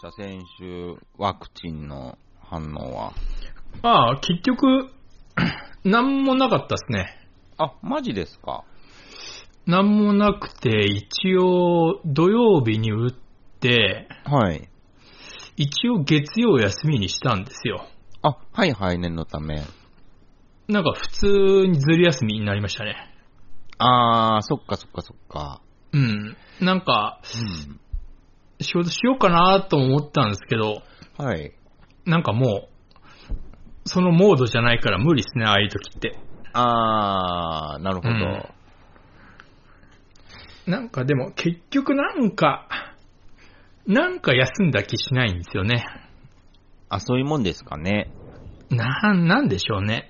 した先週ワクチンの反応は。 結局、なんもなかったですね。 マジですか。 なんもなくて、一応土曜日に打って、 はい。 一応月曜休みにしたんですよ。 はいはい、念のため。 なんか普通にずる休みになりましたね。 そっか。 うん。なんか、仕事しようかなと思ったんですけど、 はい。 なんかもう、そのモードじゃないから無理ですね、ああいう時って。 なるほど。 なんかでも結局なんか休んだ気しないんですよね。 そういうもんですかね。 なんでしょうね。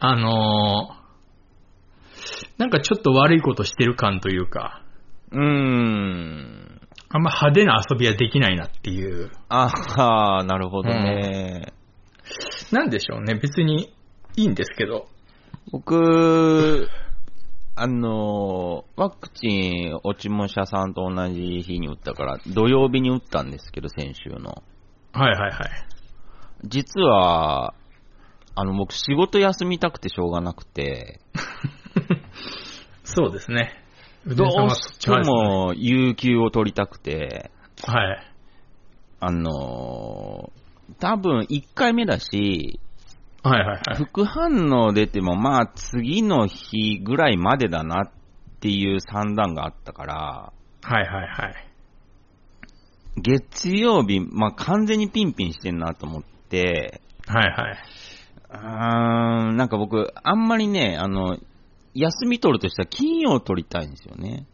なんかちょっと悪いことしてる感というか。あんま派手な遊びはできないなっていう。 なるほどね。 なんでしょうね。別にいいんですけど。 僕、ワクチン、落ち武者さんと同じ日に打ったから、土曜日に打ったんですけど、先週の。 はい。 実は、僕仕事休みたくてしょうがなくて。 そうですね。 どうしても有給を取りたくて。 はい。 多分1回目だし、 はい。 副反応出ても次の日ぐらいまでだなっていう算段があったから。 はい。 月曜日、完全にピンピンしてんなと思って。 はい。 なんか僕、あんまりね、休み取るとしたら金曜取りたいんですよね。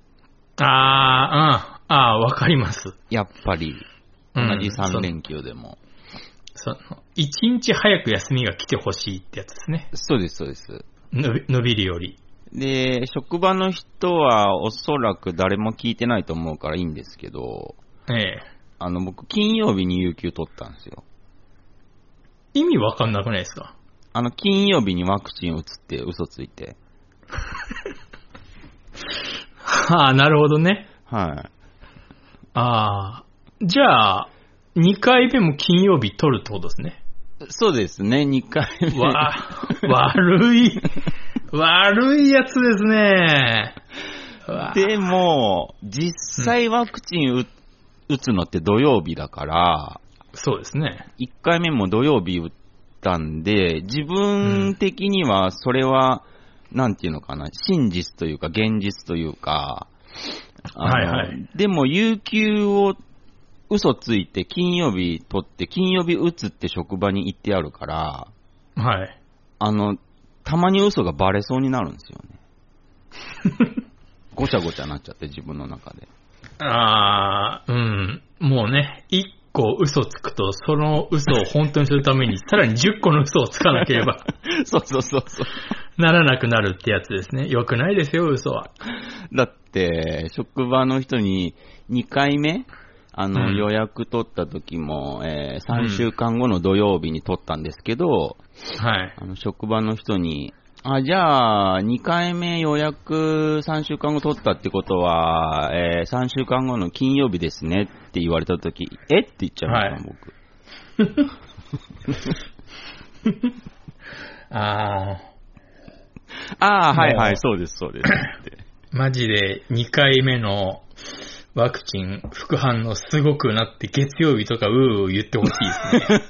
わかります。 やっぱり。同じ3連休でも。 1日早く休みが来てほしいってやつですね。 そうです。 伸びるより。 で、職場の人はおそらく誰も聞いてないと思うからいいんですけど、僕、金曜日に有給取ったんですよ。 意味わかんなくないですか？ 金曜日にワクチン打つって嘘ついて。 なるほどね。 はい。 じゃあ、2回目も金曜日取るってことですね。 そうですね、2回目。 悪いやつですね。 でも、実際ワクチン打つのって土曜日だから、 そうですね。 1回目も土曜日打ったんで、自分的にはそれは、なんていうのかな、真実というか現実というか、でも有給を嘘ついて金曜日取って金曜日打つって職場に行ってあるから、 はい。 たまに嘘がバレそうになるんですよね。ごちゃごちゃなっちゃって自分の中で。 もうね、1個嘘つくと、その嘘を本当にするために、さらに10個の嘘をつかなければ。 そう。 ならなくなるってやつですね。よくないですよ、嘘は。 だって、職場の人に2回目予約取った時も、3週間後の土曜日に取ったんですけど、 はい。 職場の人に、じゃあ、2回目予約3週間後取ったってことは、3週間後の金曜日ですねって言われたとき、って言っちゃいました、僕。はい、そうです。 マジで2回目のワクチン副反応すごくなって月曜日とか言ってほしいですね。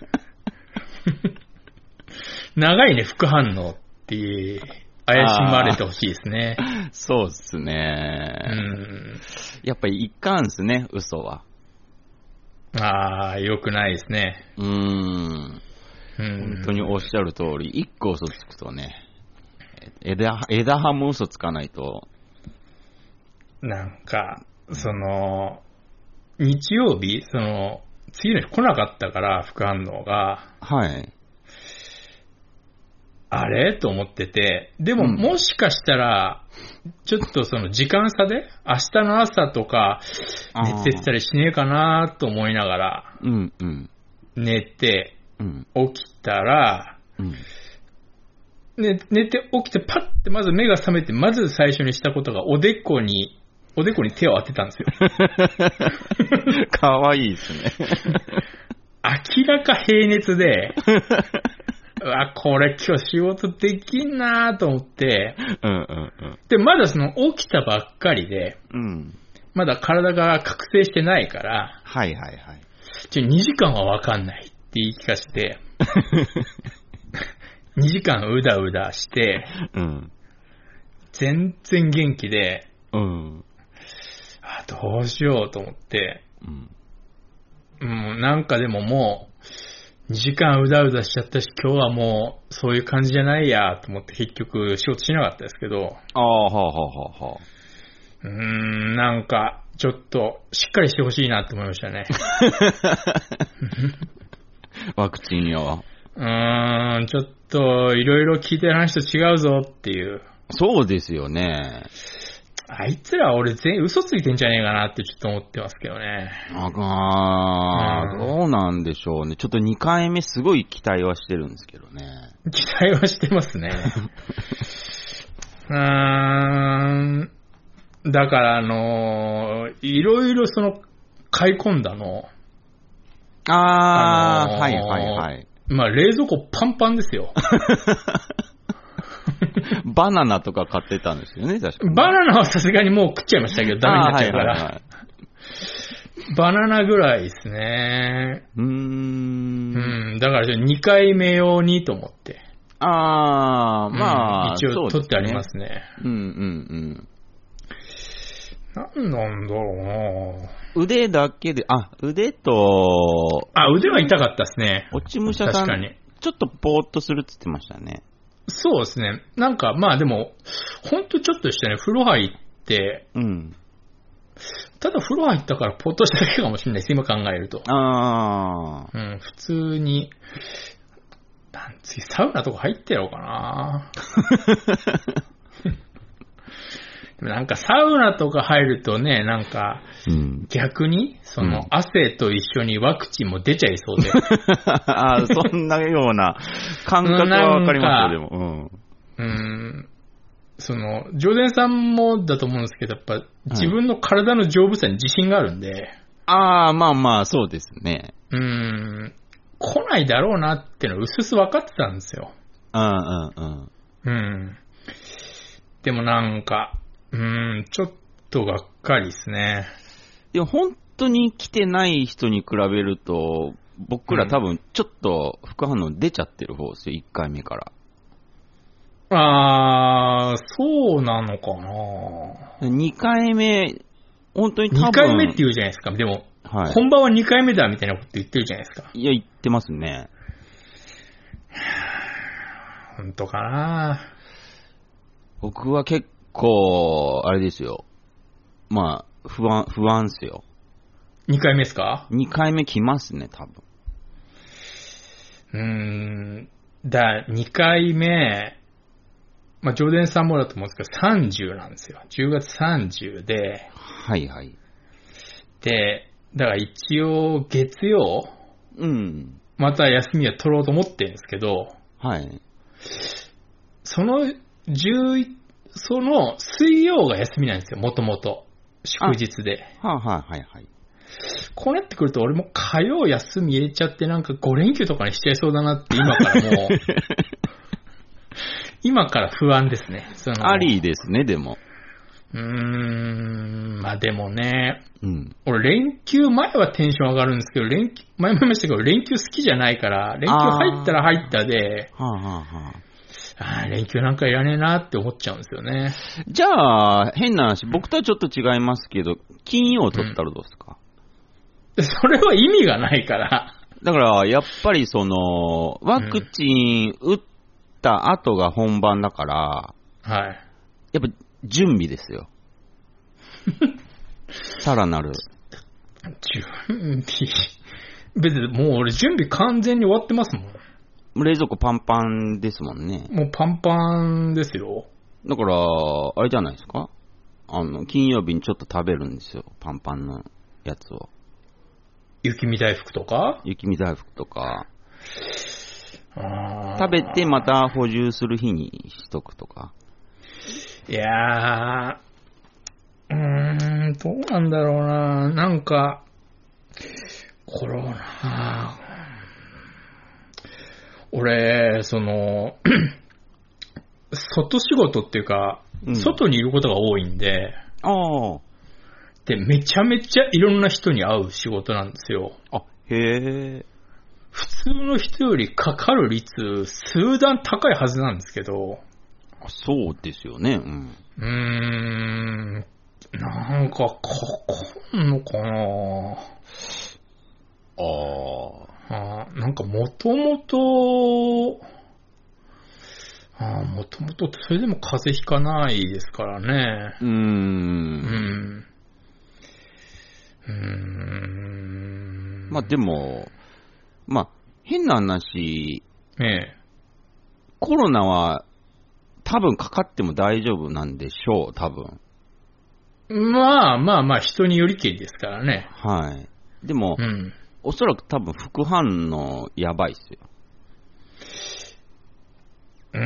長いね、副反応って怪しまれてほしいですね。 そうですね。やっぱりいかんですね、嘘は。 良くないですね。 本当におっしゃる通り、1個嘘つくとね、枝葉も嘘つかないと。 なんか、日曜日、次の日来なかったから、副反応が。 はい。 あれと思ってて、でももしかしたら、ちょっと時間差で、明日の朝とか、熱出てたりしねえかなと思いながら、寝て、起きたら、寝て起きてパッてまず目が覚めて、まず最初にしたことがおでこにおでこに手を当てたんですよ。 かわいいですね。 明らか平熱で、うわ、これ今日仕事できんなと思って、で、まだその起きたばっかりで、まだ体が覚醒してないから、2時間はわかんないって言い聞かせて、2時間うだうだして、全然元気で、どうしようと思って、なんかでももう、2時間うだうだしちゃったし、今日はもうそういう感じじゃないやと思って結局仕事しなかったですけど、なんかちょっとしっかりしてほしいなって思いましたね。 ワクチンよ。 ちょっといろいろ聞いてる話と違うぞっていう。 そうですよね。 あいつら俺嘘ついてんじゃねえかなってちょっと思ってますけどね。 どうなんでしょうね。ちょっと2回目すごい期待はしてるんですけどね。 期待はしてますね。だからいろいろその買い込んだの。まあ冷蔵庫パンパンですよ。 バナナとか買ってたんですよね、確かに。 バナナはさすがにもう食っちゃいましたけど、ダメになっちゃうから。バナナぐらいですね。だから2回目用にと思って。まあ、一応取ってありますね。なんなんだろうな。 腕だけで、腕と、 腕は痛かったですね。 落ち武者さん、確かに。ちょっとぽーっとするって言ってましたね。 そうですね。なんか、まあでも、ほんとちょっとしてね、風呂入って、ただ風呂入ったからポッとしただけかもしれないです、今考えると。普通に、次サウナとか入ってやろうかな。でもなんかサウナとか入るとね、なんか、逆に、その汗と一緒にワクチンも出ちゃいそうで。 そんなような感覚はわかりますよ、でも。 その、常連さんもだと思うんですけど、やっぱ自分の体の丈夫さに自信があるんで。 まあ、そうですね。 来ないだろうなってのは薄々分かってたんですよ。でもなんか、ちょっとがっかりですね。 でも本当に来てない人に比べると、僕ら多分ちょっと副反応出ちゃってる方ですよ、1回目から。 そうなのかな。 2回目、本当に多分。 2回目って言うじゃないですか。でも、本番は2回目だみたいなこと言ってるじゃないですか。 いや、言ってますね。 本当かな。 僕は結構、あれですよ。まあ、不安っすよ。 2回目ですか？ 2 回目来ますね、多分。2回目、まあ、常連さんもだと思うんですけど、30なんですよ。10月30で。で、だから一応、月曜、また休みは取ろうと思ってるんですけど、その水曜が休みなんですよ、もともと。祝日で。こうなってくると、俺も火曜休み入れちゃって、なんか5連休とかにしちゃいそうだなって、今からもう、今から不安ですね。 ありですね、でも。 まあでもね、俺連休前はテンション上がるんですけど、前も言いましたけど、連休好きじゃないから、連休入ったら入ったで、連休なんかいらねえなって思っちゃうんですよね。 じゃあ、変な話、僕とはちょっと違いますけど、金曜取ったらどうですか？ それは意味がないから。 だから、やっぱりワクチン打った後が本番だから、やっぱ準備ですよ。さらなる。 準備。別にもう俺準備完全に終わってますもん。 冷蔵庫パンパンですもんね。 もうパンパンですよ。 だから、あれじゃないですか？金曜日にちょっと食べるんですよ。パンパンのやつを。 雪見大福とか？ 雪見大福とか。食べてまた補充する日にしとくとか。 いやー、 どうなんだろうな。なんか、コロナ、俺、外仕事っていうか、外にいることが多いんで、で、めちゃめちゃいろんな人に会う仕事なんですよ。 へえ。 普通の人よりかかる率、数段高いはずなんですけど。 そうですよね。 なんか、かかんのかな。なんかもともと、それでも風邪ひかないですからね。 まあでも、変な話、コロナは多分かかっても大丈夫なんでしょう、多分。 まあ、人によりけりですからね。 はい。でも、おそらく多分副反応やばいっすよ。 来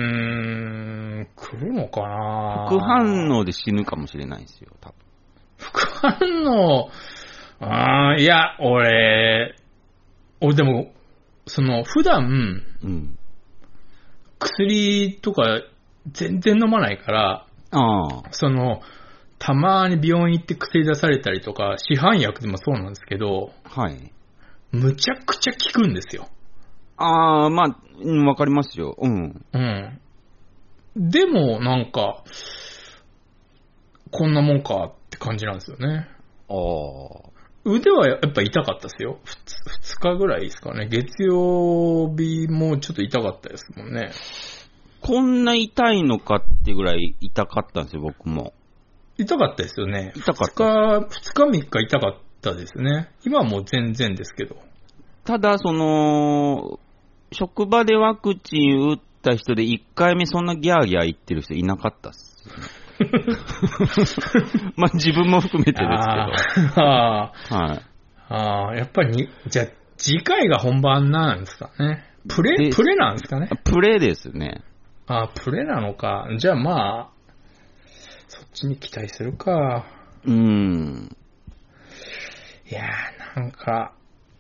るのかな。 副反応で死ぬかもしれないですよ、多分。 副反応、いや、俺でも、普段、薬とか全然飲まないから、たまに病院行って薬出されたりとか、市販薬でもそうなんですけど、 はい。 むちゃくちゃ効くんですよ。 わかりますよ。 でも、なんか、こんなもんかって感じなんですよね。腕はやっぱ痛かったですよ。2日ぐらいですかね。月曜日もちょっと痛かったですもんね。 こんな痛いのかってぐらい痛かったんですよ、僕も。 痛かったですよね。 痛かった。 2日3日痛かったですね。今はもう全然ですけど。 ただ、職場でワクチン打った人で1回目そんなギャーギャー言ってる人いなかったっす。自分も含めてですけど。 やっぱりじゃあ次回が本番なんですかね。プレなんですかね。 プレですね。 プレなのか。じゃあそっちに期待するか。いやなんか、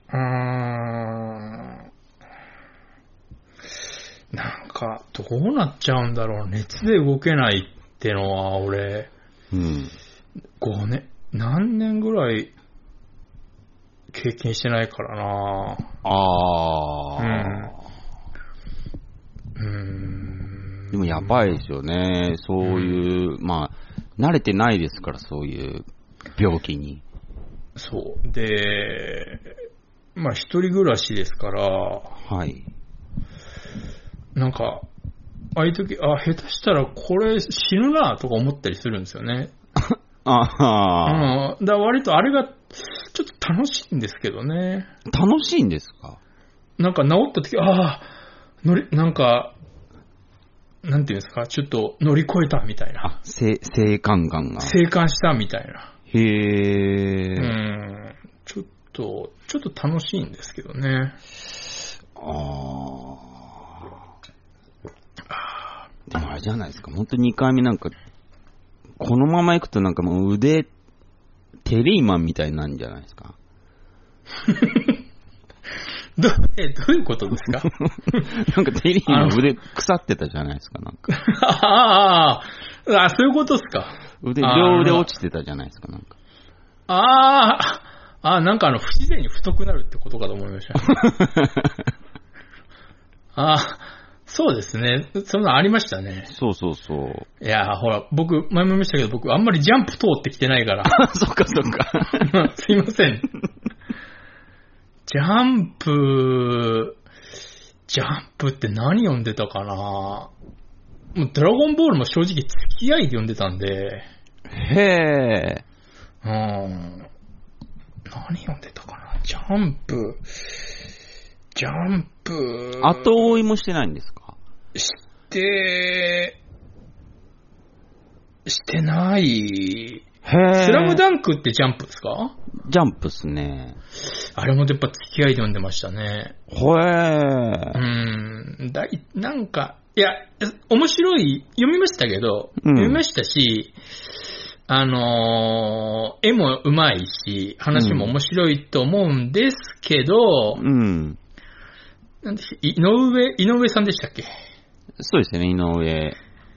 なんか、どうなっちゃうんだろう。熱で動けないってのは、俺、5年、何年ぐらい経験してないからな。 でもやばいですよね。そういう、慣れてないですから、そういう病気に。 そう。で、一人暮らしですから、 はい。 なんか、ああいう時、下手したらこれ死ぬなとか思ったりするんですよね。だから割とあれがちょっと楽しいんですけどね。 楽しいんですか？ なんか治った時、なんか、なんていうんですか、ちょっと乗り越えたみたいな。 生還感が。 生還したみたいな。 へー。 ちょっと楽しいんですけどね。 でもあれじゃないですか、本当に2回目なんか、このままいくとなんかもう腕、テリーマンみたいになるんじゃないですか。 どういうことですか？ なんかテリーマン腕腐ってたじゃないですか、なんか。 そういうことですか。 両腕落ちてたじゃないですか、なんか。 なんか不自然に太くなるってことかと思いました、そうですね。そんなのありましたね。 そう。いやほら、僕、前も言いましたけど、僕、あんまりジャンプ通ってきてないから。 そっか。 すいません。ジャンプって何読んでたかな？もうドラゴンボールも正直付き合いで読んでたんで。 へー。 何読んでたかな？ジャンプ。 後追いもしてないんですか？ してない。 へー。 スラムダンクってジャンプですか？ ジャンプっすね。 あれもやっぱ付き合いで読んでましたね。なんか、いや、面白い、読みましたけど、読みましたし、 絵も上手いし、話も面白いと思うんですけど、 うん。 なんで井上さんでしたっけ？ そうですね、井上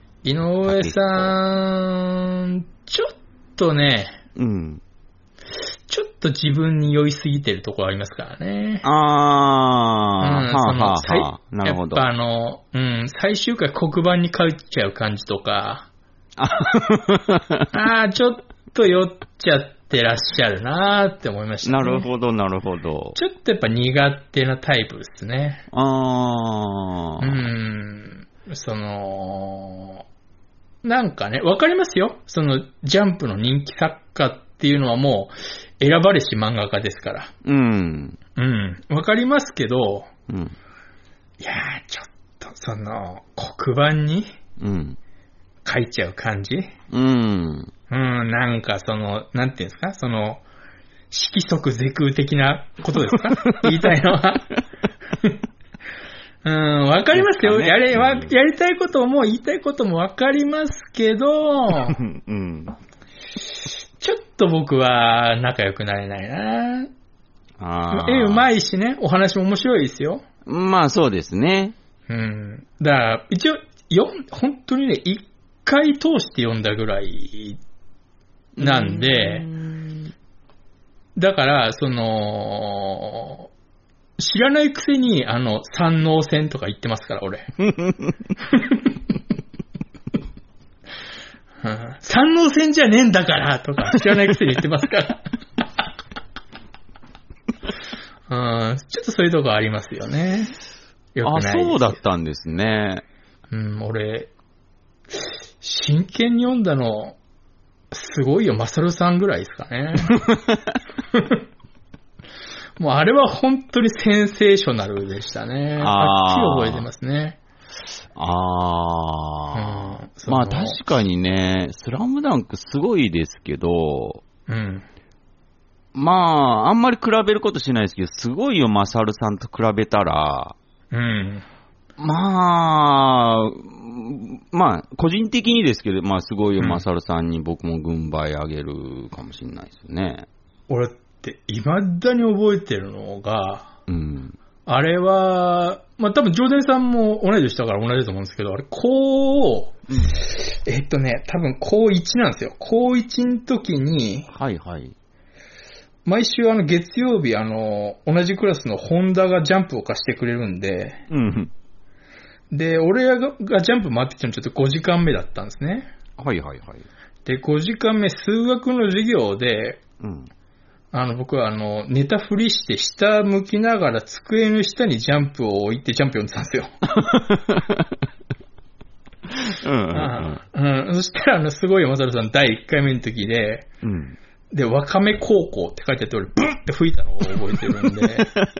さん、ちょっとね、 うん。 ちょっと自分に酔いすぎてるところありますからね。 はあ、なるほど。 やっぱ最終回黒板に書いちゃう感じとか、ちょっと酔っちゃってらっしゃるなーって思いましたね。 なるほど、なるほど。 ちょっとやっぱ苦手なタイプですね。なんかね、わかりますよ。ジャンプの人気作家っていうのはもう、選ばれし漫画家ですから。 うん。 わかりますけど、 うん。 いやー、ちょっと黒板に、書いちゃう感じ？なんかなんていうんですか？色即是空的なことですか？言いたいのは。わかりますよ。やりたいことも言いたいこともわかりますけど、ちょっと僕は仲良くなれないな。絵うまいしね、お話も面白いですよ。 まあそうですね。 だから、一応、本当にね、一回通して読んだぐらいなんで、だから、知らないくせに、山王線とか言ってますから、俺。山王線じゃねえんだからとか、知らないくせに言ってますから。ちょっとそういうとこありますよね。よくないですよ。 そうだったんですね。 俺、真剣に読んだの、すごいよ、マサルさんぐらいですかね。もうあれは本当にセンセーショナルでしたね。はっきり覚えてますね。 まあ確かにね、スラムダンクすごいですけど、まあ、あんまり比べることしないですけど、すごいよ、マサルさんと比べたら、まあ、個人的にですけど、まあ、すごいよ、マサルさんに僕も軍配あげるかもしれないですよね。 俺って、未だに覚えてるのが、あれは、まあ、多分、ジョーデンさんも同い年だから同じだと思うんですけど、あれ、多分、高1なんですよ。高1の時に、毎週月曜日同じクラスのホンダがジャンプを貸してくれるんで、で、俺がジャンプ回ってきたのちょっと5時間目だったんですね。で、5時間目数学の授業で、僕は寝たふりして下向きながら机の下にジャンプを置いてジャンプ読んでたんですよ。そしたらすごい山猿さん第1回目の時で、で、わかめ高校って書いてあって俺ブンって吹いたのを覚えてるんで、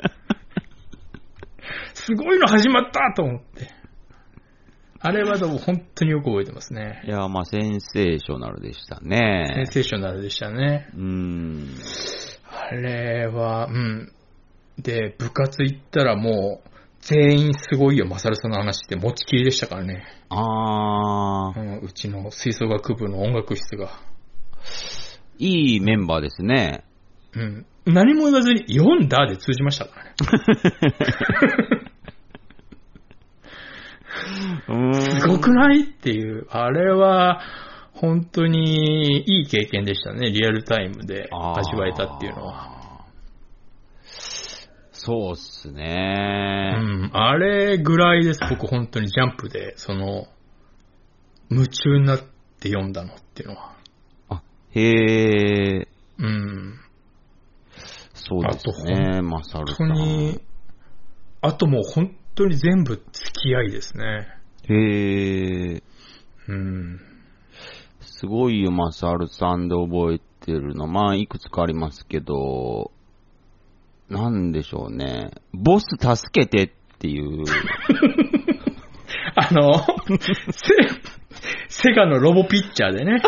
すごいの始まったと思って。あれはでも本当によく覚えてますね。 いや、まあセンセーショナルでしたね。 センセーショナルでしたね。あれは、で、部活行ったらもう、全員すごいよ、マサルさんの話って持ちきりでしたからね。うちの吹奏楽部の音楽室が。 いいメンバーですね。 何も言わずに、読んだで通じましたからね。すごくないっていう。あれは、本当にいい経験でしたね。リアルタイムで味わえたっていうのは。 そうっすね。 あれぐらいです。僕本当にジャンプで、夢中になって読んだのっていうのは。 へえ。そうですね、マサルさん。 あともう本当に全部付き合いですね。 へえ。すごいよ、マサルさんで覚えてるの。まあ、いくつかありますけど、なんでしょうね。ボス助けてっていう。 セガのロボピッチャーでね。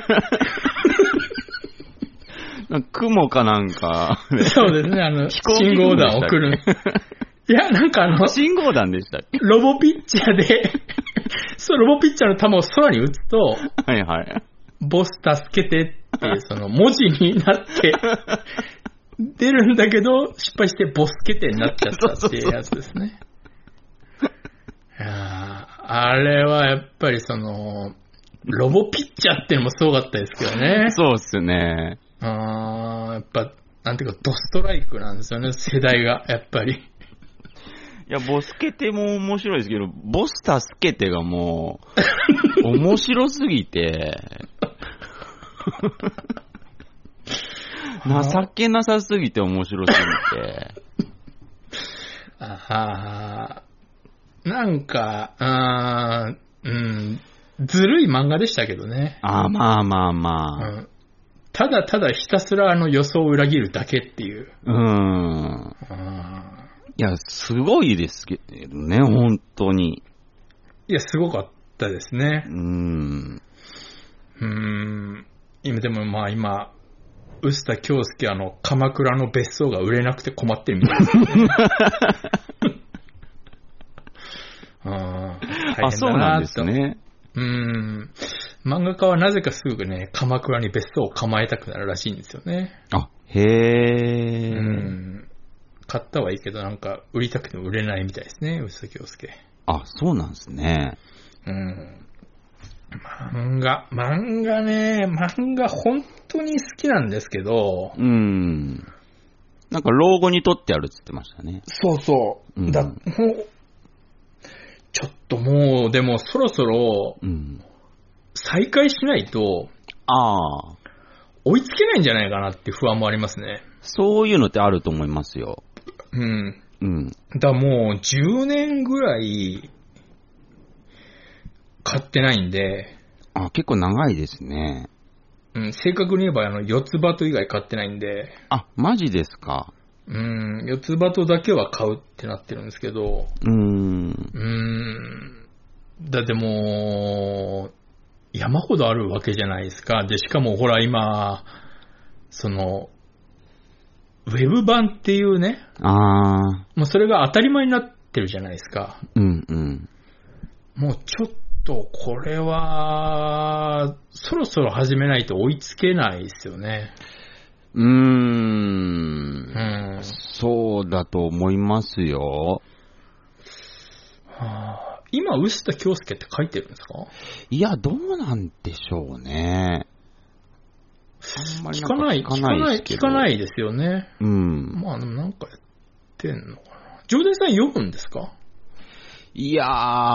雲かなんか。 そうですね、信号弾送る。いや、 信号弾でしたっけ？ ロボピッチャーで、ロボピッチャーの球を空に打つと、 ボス助けてっていうその文字になって出るんだけど、失敗してボスケテになっちゃったっていうやつですね。いやあれはやっぱりその、ロボピッチャーっていうのもすごかったですけどね。 そうっすね。 やっぱ、なんていうかドストライクなんですよね、世代が、やっぱり。 いや、ボスケテも面白いですけど、ボス助けてがもう、面白すぎて、情けなさすぎて面白すぎて。 なんか、ずるい漫画でしたけどね。 まあ。 ただただひたすら予想を裏切るだけっていう。 いや、すごいですけどね、本当に。 いや、すごかったですね。でもまあ今、臼田恭介鎌倉の別荘が売れなくて困ってるみたいですね。大変だなと。 そうなんですね。 漫画家はなぜかすぐね、鎌倉に別荘を構えたくなるらしいんですよね。 へー。 買ったはいいけど、なんか売りたくても売れないみたいですね、臼田恭介。 そうなんですね。 漫画本当に好きなんですけど。 なんか老後に撮ってあるって言ってましたね。 そうそう。ちょっともう、でもそろそろ、再開しないと、追いつけないんじゃないかなっていう不安もありますね。 そういうのってあると思いますよ。 もう10年ぐらい買ってないんで。 結構長いですね。 正確に言えば四つ葉と以外買ってないんで。 マジですか。 四つ葉とだけは買うってなってるんですけど。だってもう、山ほどあるわけじゃないですか。で、しかもほら今、ウェブ版っていうね。もうそれが当たり前になってるじゃないですか。もうちょっとこれは、そろそろ始めないと追いつけないですよね。 そうだと思いますよ。 今、臼田恭介って書いてるんですか？ いや、どうなんでしょうね。あんまり聞かないですよね。まあ、でもなんかやってんのかな。ジョーデンさん読むんですか？ いや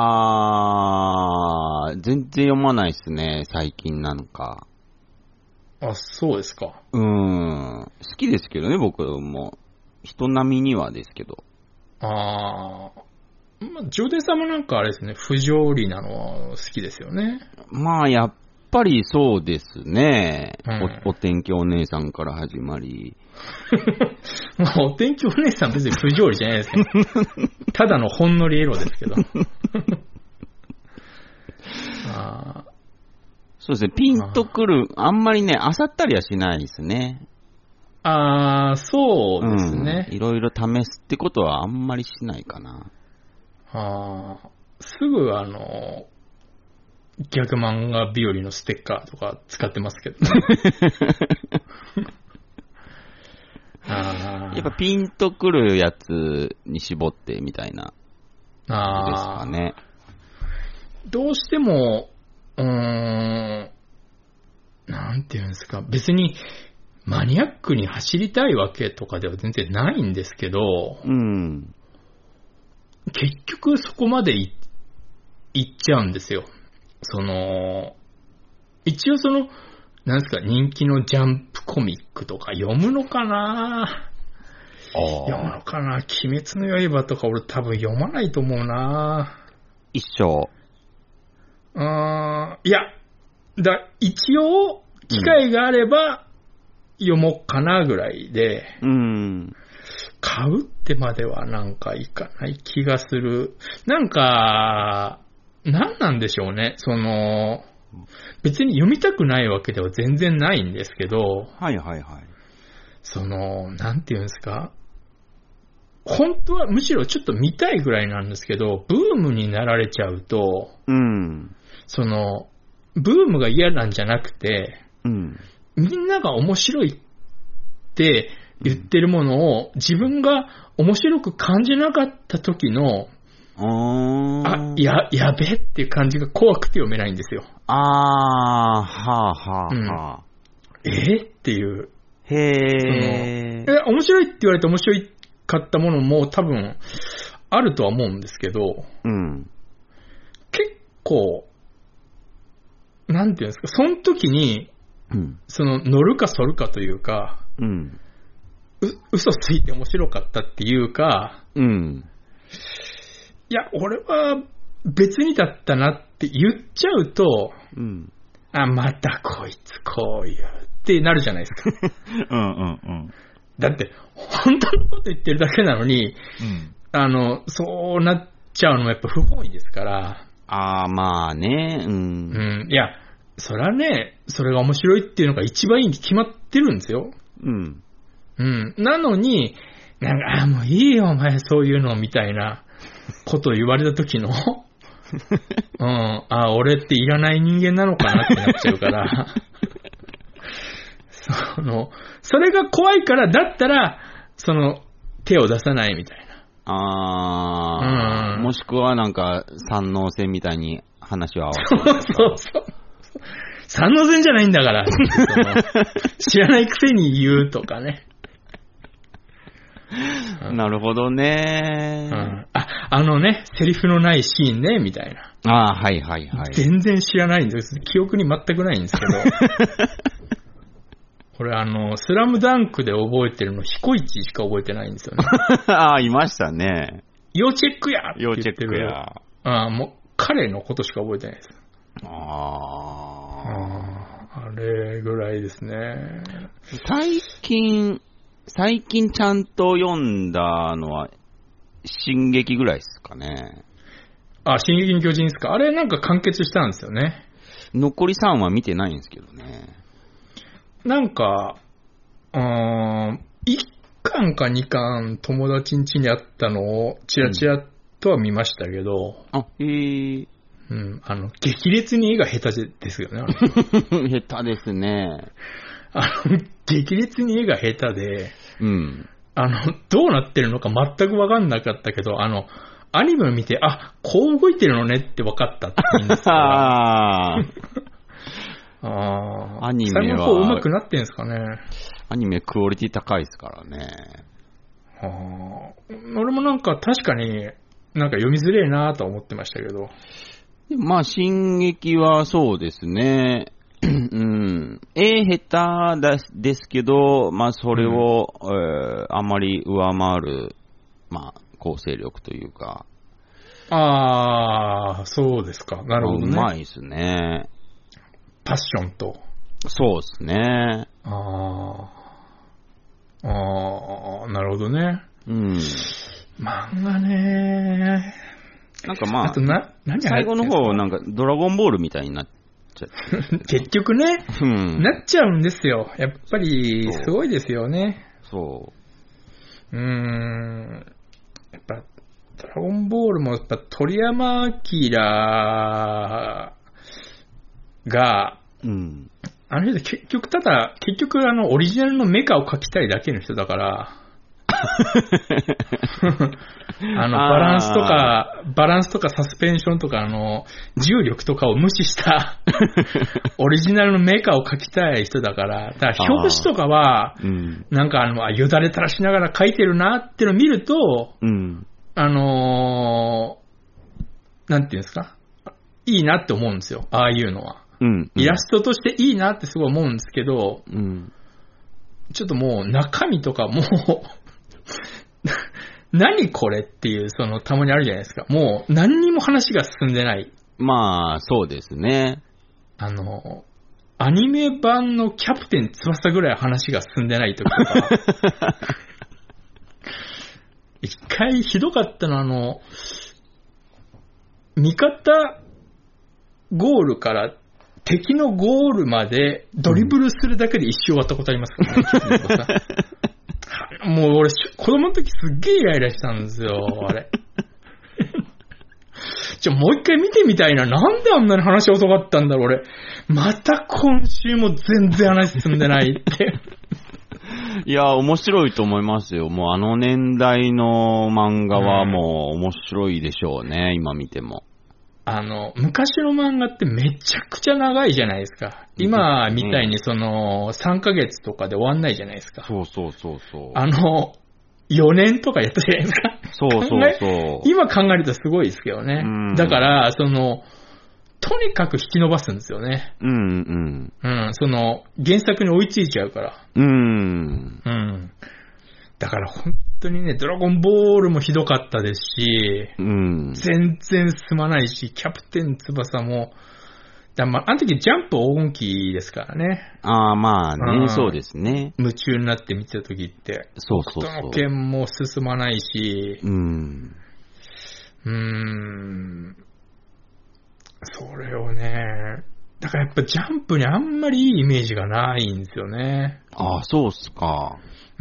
ー、全然読まないですね、最近なんか。 そうですか。 好きですけどね、僕も。人並みにはですけど。 ジョーデンさんもなんかあれですね、不条理なのは好きですよね。 やっぱりそうですね。お天気お姉さんから始まり。 お天気お姉さん別に不条理じゃないですけど。ただのほんのりエロですけど。 そうですね、ピンとくる、あんまりね、漁ったりはしないですね。 そうですね。 いろいろ試すってことはあんまりしないかな。 すぐ逆漫画日和のステッカーとか使ってますけどね。 やっぱピンとくるやつに絞ってみたいな。ですかね。 どうしても、なんていうんですか、別にマニアックに走りたいわけとかでは全然ないんですけど、結局そこまで行っちゃうんですよ。一応なんですか、人気のジャンプコミックとか読むのかな？読むのかな？鬼滅の刃とか俺多分読まないと思うな。 一生。 いや、一応、機会があれば読もうかなぐらいで、買うってまではなんかいかない気がする。なんか、なんなんでしょうね。別に読みたくないわけでは全然ないんですけど、なんていうんですか、本当はむしろちょっと見たいぐらいなんですけど、ブームになられちゃうと、 ブームが嫌なんじゃなくて、 うん、 みんなが面白いって言ってるものを自分が面白く感じなかった時の、やべえっていう感じが怖くて読めないんですよ。 はあはあはあ。 っていう。 へー。 面白いって言われて面白かったものも多分あるとは思うんですけど、 うん、 結構、なんていうんですか、その時に、 うん、 乗るか反るかというか、 うん、 嘘ついて面白かったっていうか、 うん、 いや、俺は別にだったなって言っちゃうと、 うん、 またこいつこういうってなるじゃないですか。 うんうんうん。 だって、本当のこと言ってるだけなのに、 うん、 そうなっちゃうのもやっぱ不本意ですから。 まあね、うん。 いや、それはね、それが面白いっていうのが一番いいに決まってるんですよ。 うん。 うん。なのに、なんか、もういいよ、お前、そういうの、みたいなことを言われた時の、俺っていらない人間なのかなってなっちゃうから、それが怖いから、だったら、手を出さないみたいな。もしくはなんか、三能線みたいに話を合わせて。そう。三能線じゃないんだから、知らないくせに言うとかね。 なるほどね、 セリフのないシーンね、みたいな。 はいはいはい。 全然知らないんです。記憶に全くないんですけど。これスラムダンクで覚えてるの、彦一しか覚えてないんですよね。 いましたね。 要チェックやって言ってる。 要チェックや。 もう彼のことしか覚えてないです。 あれぐらいですね。 最近ちゃんと読んだのは、進撃ぐらいですかね。 進撃の巨人ですか。あれなんか完結したんですよね。 残り3は見てないんですけどね。 なんか、1巻か2巻友達ん家にあったのをチラチラとは見ましたけど。 へえ。 うん、激烈に絵が下手ですよね。 下手ですね。 激烈に絵が下手で、 うん。 どうなってるのか全く分かんなかったけど、アニメを見て、こう動いてるのねって分かったって言うんですからアニメは最後の方上手くなってんですかね。 アニメクオリティ高いですからね。 俺もなんか確かになんか読みづれえなと思ってましたけど。 進撃はそうですね。うん。下手ですけど、それを、あまり上回る、構成力というか。 そうですか。なるほどね。 うまいですね。 パッションと。 そうですね。 なるほどね。 うん。 漫画ね。 なんかあと何最後の方なんかドラゴンボールみたいになっちゃって結局ね、なっちゃうんですよ。やっぱりすごいですよね。 そう。 やっぱドラゴンボールもやっぱ鳥山明が、あの人結局オリジナルのメカを描きたいだけの人だから。バランスとかサスペンションとか重力とかを無視したオリジナルのメカを描きたい人だから、だから表紙とかは、なんかよだれ垂らしながら描いてるなってのを見ると、なんていうんですか、いいなって思うんですよ、ああいうのは。イラストとしていいなってすごい思うんですけど、ちょっともう中身とかもう何これっていうたまにあるじゃないですか。もう何にも話が進んでない。 そうですね。 アニメ版のキャプテン翼ぐらい話が進んでない時とか。一回ひどかったの味方ゴールから敵のゴールまでドリブルするだけで一周終わったことありますからね。もう俺、子供の時すっげえイライラしたんですよ、あれ。 もう一回見てみたいな。なんであんなに話遅かったんだろう、俺。また今週も全然話進んでないって。 いや、面白いと思いますよ。もうあの年代の漫画はもう面白いでしょうね、今見ても。 昔の漫画ってめちゃくちゃ長いじゃないですか。今みたいに3ヶ月とかで終わんないじゃないですか。 そうそうそうそう。 4年とかやったじゃないですか。 そうそうそう。 今考えるとすごいですけどね。だから、とにかく引き伸ばすんですよね。原作に追いついちゃうから。だから本当にね、ドラゴンボールもひどかったですし、全然進まないし、キャプテン翼も、あの時ジャンプ黄金期ですからね。 まあね、そうですね。 夢中になって見てた時って。 そうそうそう。 北斗の拳も進まないし、それをね、だからやっぱジャンプにあんまりいいイメージがないんですよね。 そうっすか。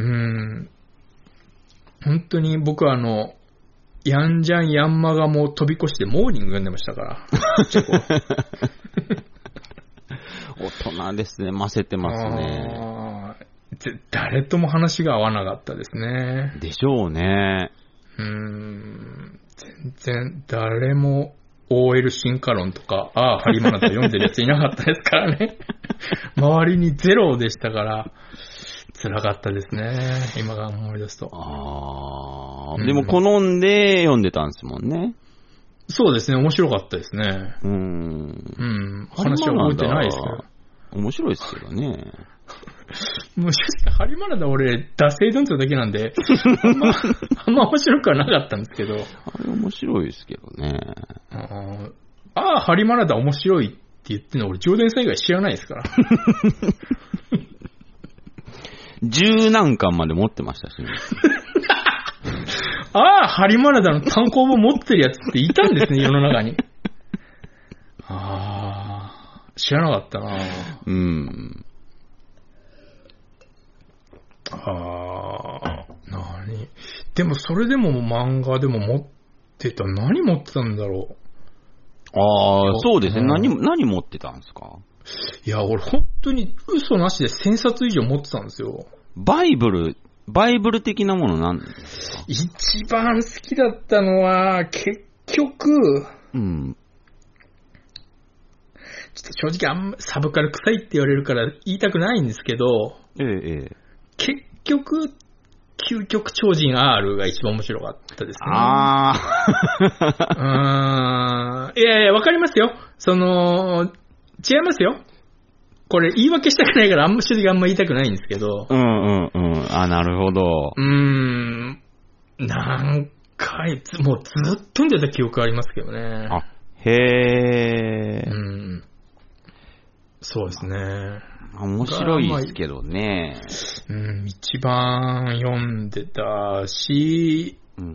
本当に僕はヤンジャンヤンマガも飛び越してモーニング読んでましたから。 大人ですね。ませてますね。 誰とも話が合わなかったですね。 でしょうね。 全然誰も OL 進化論とか、ハリマナタ読んでるやついなかったですからね。周りにゼロでしたから、辛かったですね。今が思い出すと。 でも好んで読んでたんですもんね。 そうですね。面白かったですね。話は覚えてないですけど。 面白いですけどね。 もしかしたらハリマナダ俺、惰性読んでただけなんで、あんま面白くはなかったんですけど。 あれ面白いですけどね。 ハリマナダ面白いって言ってんの俺、上田さん以外知らないですから。 10何巻まで持ってましたしね。 ハリマナダの単行本持ってるやつっていたんですね、世の中に。知らなかったな。でもそれでも漫画でも持ってた。何持ってたんだろう。そうですね。何持ってたんですか？ いや、俺本当に嘘なしで1000冊以上持ってたんですよ。 バイブル的なものなんですか？ 一番好きだったのは、結局、ちょっと正直サブカル臭いって言われるから言いたくないんですけど、結局、究極超人 R が一番面白かったですね。いや、わかりますよ。違いますよ。これ言い訳したくないから正直あんま言いたくないんですけど。 なるほど。 何回、もうずっと読んでた記憶ありますけどね。 へー。 そうですね。 面白いですけどね。 一番読んでたし、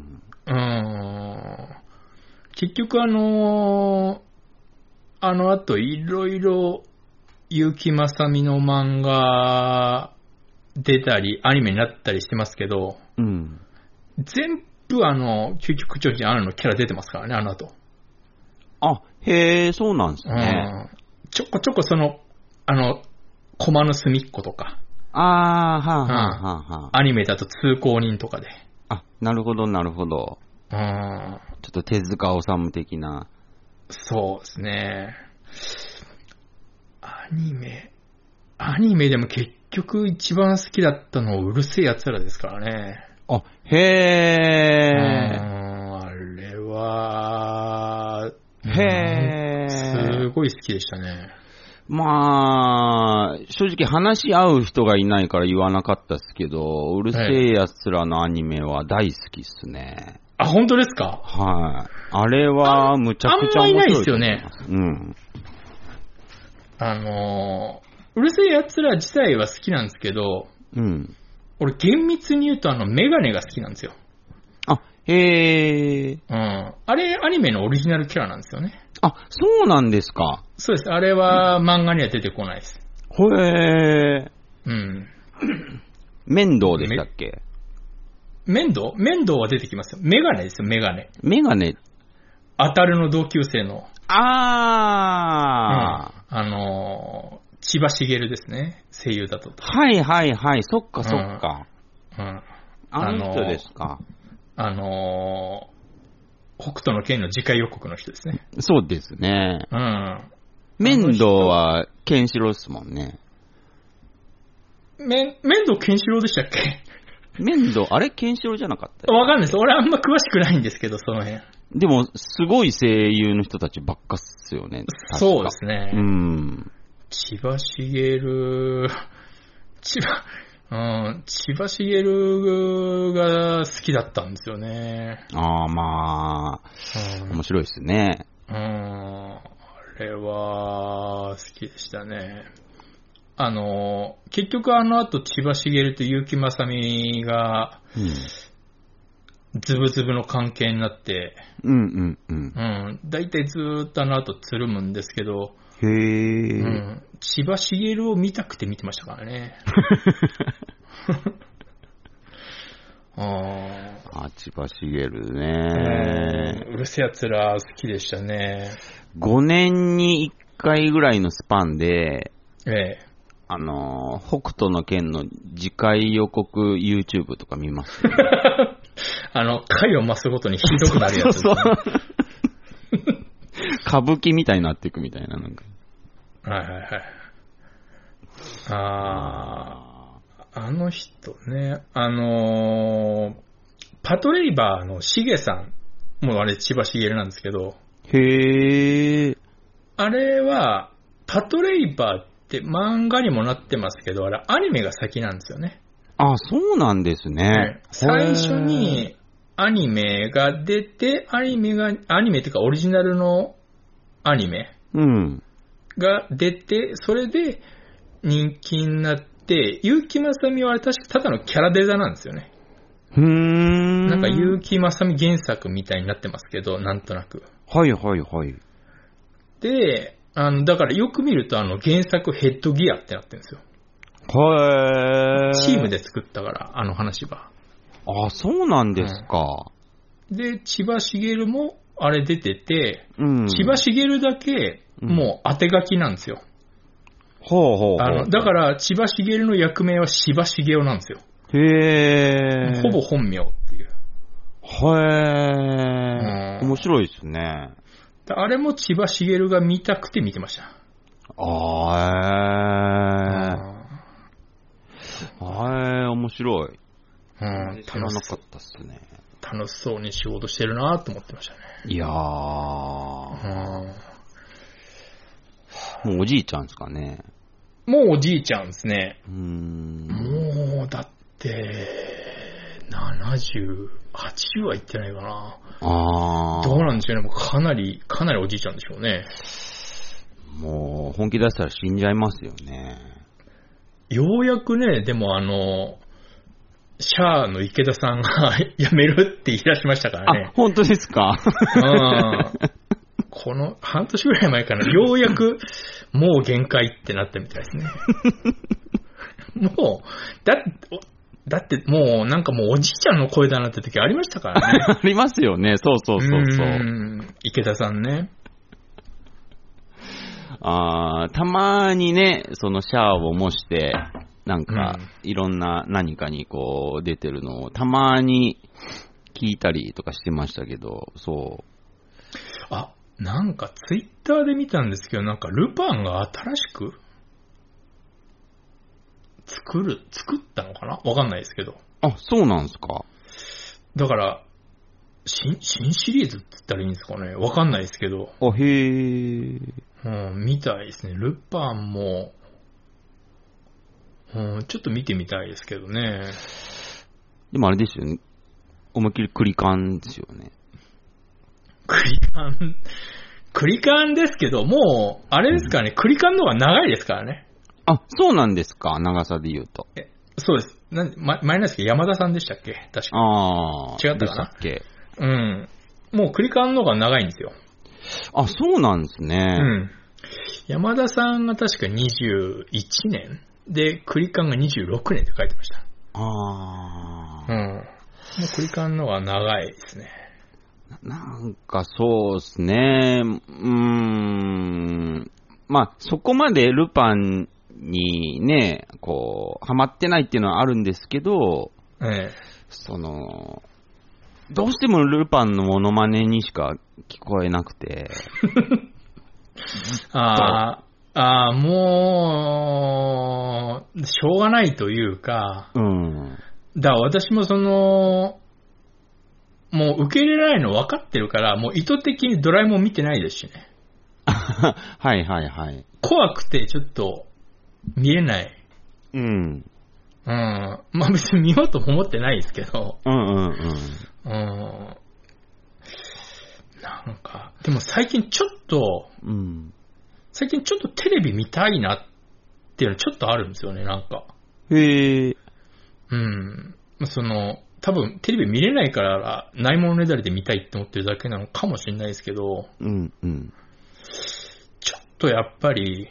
結局あ後いろいろ結城まさみの漫画出たり、アニメになったりしてますけど、全部究極超人 R のキャラ出てますからね、後。 へー、そうなんですね。 ちょこちょこコマの隅っことか。 アニメだと通行人とかで。 なるほど、なるほど。ちょっと手塚治虫的な。 そうですね。アニメでも結局一番好きだったのうるせえ奴らですからね。 へー。 あれは、 すごい好きでしたね。 正直話し合う人がいないから言わなかったですけど、うるせえ奴らのアニメは大好きっすね。 本当ですか？ あれはむちゃくちゃ面白い。 あんまいないですよね。うるせえ奴ら自体は好きなんですけど、俺厳密に言うとメガネが好きなんですよ。 へー。 あれアニメのオリジナルキャラなんですよね。 そうなんですか。 そうです。あれは漫画には出てこないです。 へー。面倒でしたっけ？ 面倒は出てきますよ。メガネですよ、メガネ。 メガネ。 当たるの同級生の。千葉茂ですね。声優だと。 はいはいはい。そっかそっか。あの人ですか。 北斗の拳の次回予告の人ですね。 そうですね。面倒はケンシロウですもんね。 面倒ケンシロウでしたっけ？ 面倒、あれケンシロウじゃなかった？ わかんないです。俺あんま詳しくないんですけど、その辺。 でも、すごい声優の人たちばっかっすよね。 そうですね。千葉茂が好きだったんですよね。 まあ、面白いですね。 あれは、好きでしたね。結局あの後千葉茂と結城正美が、ズブズブの関係になって、だいたいずーっとあの後つるむんですけど、千葉茂を見たくて見てましたからね。 千葉茂ね。 うるせえやつら好きでしたね。 5年に1回ぐらいのスパンで、北斗の拳の次回予告 YouTube とか見ます、ね。 回を増すごとにひどくなるやつですね。 歌舞伎みたいになっていくみたいな、なんか。 はいはいはい。あの人ね、パトレイバーのしげさん、もうあれ千葉茂なんですけど、あれは、パトレイバーって漫画にもなってますけど、あれアニメが先なんですよね。 そうなんですね。 最初にアニメが出て、アニメっていうかオリジナルのアニメが出て、それで人気になって、結城正美はあれ確かただのキャラデザなんですよね。なんか結城正美原作みたいになってますけど、なんとなく。 はいはいはい。 で、だからよく見ると原作ヘッドギアってなってるんですよ。チームで作ったから、あの話は。 そうなんですか。 で、千葉茂もあれ出てて、千葉茂だけもう当て書きなんですよ。だから千葉茂の役名は柴茂雄なんですよ。ほぼ本名っていう。 面白いですね。 あれも千葉茂が見たくて見てました。 面白い。 知らなかったっすね。 楽しそうに仕事してるなと思ってましたね。 いやー。もうおじいちゃんですかね。 もうおじいちゃんですね。 もう、だって、70、80はいってないかな。どうなんでしょうね。もうかなりおじいちゃんでしょうね。 もう、本気出したら死んじゃいますよね。 ようやくね、でもシャアの池田さんが辞めるって言い出しましたからね。 本当ですか？ この半年ぐらい前からようやくもう限界ってなったみたいですね。もう、だってもうなんかもうおじいちゃんの声だなって時ありましたからね。 ありますよね。そうそう。 池田さんね。 たまにね、そのシャアを模して、なんか、いろんな何かにこう出てるのをたまに聞いたりとかしてましたけど、そう。 なんかツイッターで見たんですけど、なんかルパンが新しく作ったのかな？わかんないですけど。 そうなんですか。 だから、新シリーズって言ったらいいんですかね？わかんないですけど。みたいですね。ルパンも、ちょっと見てみたいですけどね。 でもあれですよね。思いっきりクリカンですよね。 クリカンですけど、もう、あれですかね、クリカンの方が長いですからね。 そうなんですか、長さで言うと。 そうです。前なんですけど、山田さんでしたっけ？確か。違ったかな？でしたっけ？もうクリカンの方が長いんですよ。 そうなんですね。 山田さんが確か21年で、クリカンが26年って書いてました。もうクリカンの方が長いですね。 なんかそうですね。まあ、そこまでルパンにね、こう、ハマってないっていうのはあるんですけど、どうしてもルパンのモノマネにしか聞こえなくて。 もう、しょうがないというか、だから私ももう受け入れられるの分かってるから、もう意図的にドラえもん見てないですしね。 はいはいはい。 怖くてちょっと見れない。まあ別に見ようとも思ってないですけど。なんか、でも最近ちょっとテレビ見たいなっていうのちょっとあるんですよね、なんか。 へえ。 多分テレビ見れないからないものねだりで見たいって思ってるだけなのかもしれないですけど、ちょっとやっぱり、